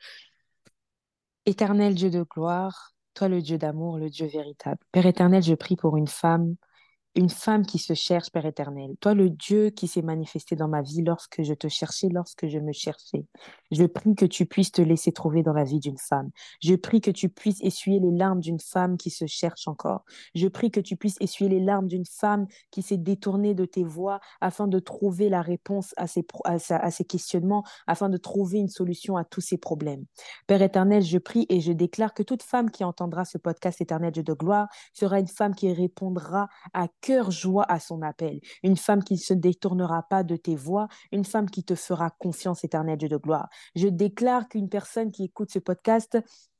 Éternel Dieu de gloire, toi le Dieu d'amour, le Dieu véritable. Père éternel, je prie pour une femme, une femme qui se cherche, Père éternel. Toi, le Dieu qui s'est manifesté dans ma vie lorsque je te cherchais, lorsque je me cherchais. Je prie que tu puisses te laisser trouver dans la vie d'une femme. Je prie que tu puisses essuyer les larmes d'une femme qui se cherche encore. Je prie que tu puisses essuyer les larmes d'une femme qui s'est détournée de tes voies afin de trouver la réponse à ses, pro- à sa- à ses questionnements, afin de trouver une solution à tous ses problèmes. Père éternel, je prie et je déclare que toute femme qui entendra ce podcast éternel Dieu de gloire sera une femme qui répondra à cœur joie à son appel, une femme qui ne se détournera pas de tes voies, une femme qui te fera confiance éternel Dieu de gloire. Je déclare qu'une personne qui écoute ce podcast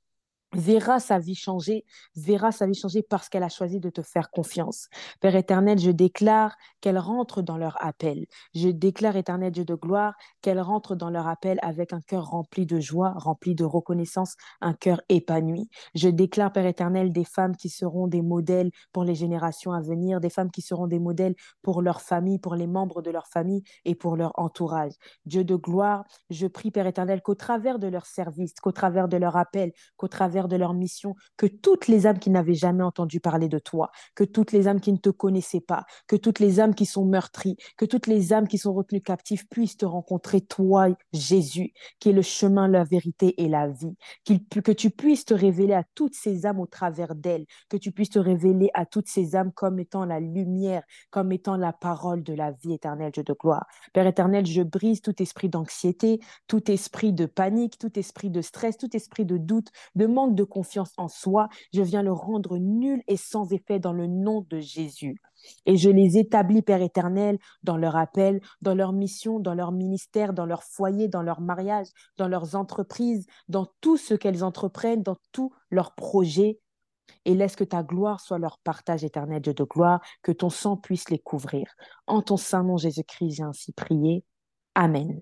verra sa vie changer, verra sa vie changer parce qu'elle a choisi de te faire confiance. Père éternel, je déclare qu'elle rentre dans leur appel. Je déclare, éternel Dieu de gloire, qu'elle rentre dans leur appel avec un cœur rempli de joie, rempli de reconnaissance, un cœur épanoui. Je déclare, Père éternel, des femmes qui seront des modèles pour les générations à venir, des femmes qui seront des modèles pour leur famille, pour les membres de leur famille et pour leur entourage. Dieu de gloire, je prie, Père éternel, qu'au travers de leur service, qu'au travers de leur appel, qu'au travers de leur mission, que toutes les âmes qui n'avaient jamais entendu parler de toi, que toutes les âmes qui ne te connaissaient pas, que toutes les âmes qui sont meurtries, que toutes les âmes qui sont retenues captives puissent te rencontrer, toi, Jésus, qui est le chemin, la vérité et la vie. Qu'il, que tu puisses te révéler à toutes ces âmes au travers d'elles, que tu puisses te révéler à toutes ces âmes comme étant la lumière, comme étant la parole de la vie éternelle, Dieu de gloire. Père éternel, je brise tout esprit d'anxiété, tout esprit de panique, tout esprit de stress, tout esprit de doute, de manque de confiance en soi. Je viens le rendre nul et sans effet dans le nom de Jésus. Et je les établis, Père éternel, dans leur appel, dans leur mission, dans leur ministère, dans leur foyer, dans leur mariage, dans leurs entreprises, dans tout ce qu'elles entreprennent, dans tous leurs projets. Et laisse que ta gloire soit leur partage éternel, Dieu de gloire, que ton sang puisse les couvrir. En ton saint nom, Jésus-Christ, j'ai ainsi prié. Amen.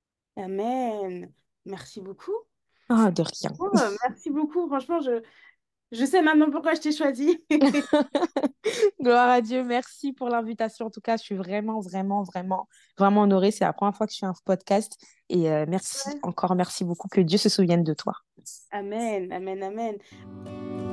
Amen. Merci beaucoup. Ah, C'est de rien. beau, euh, merci beaucoup. Franchement, je, je sais maintenant pourquoi je t'ai choisi. Gloire à Dieu, merci pour l'invitation. En tout cas, je suis vraiment, vraiment, vraiment, vraiment honorée. C'est la première fois que je fais un podcast. Et euh, merci, Ouais. encore merci beaucoup. Que Dieu se souvienne de toi. Amen, amen, amen.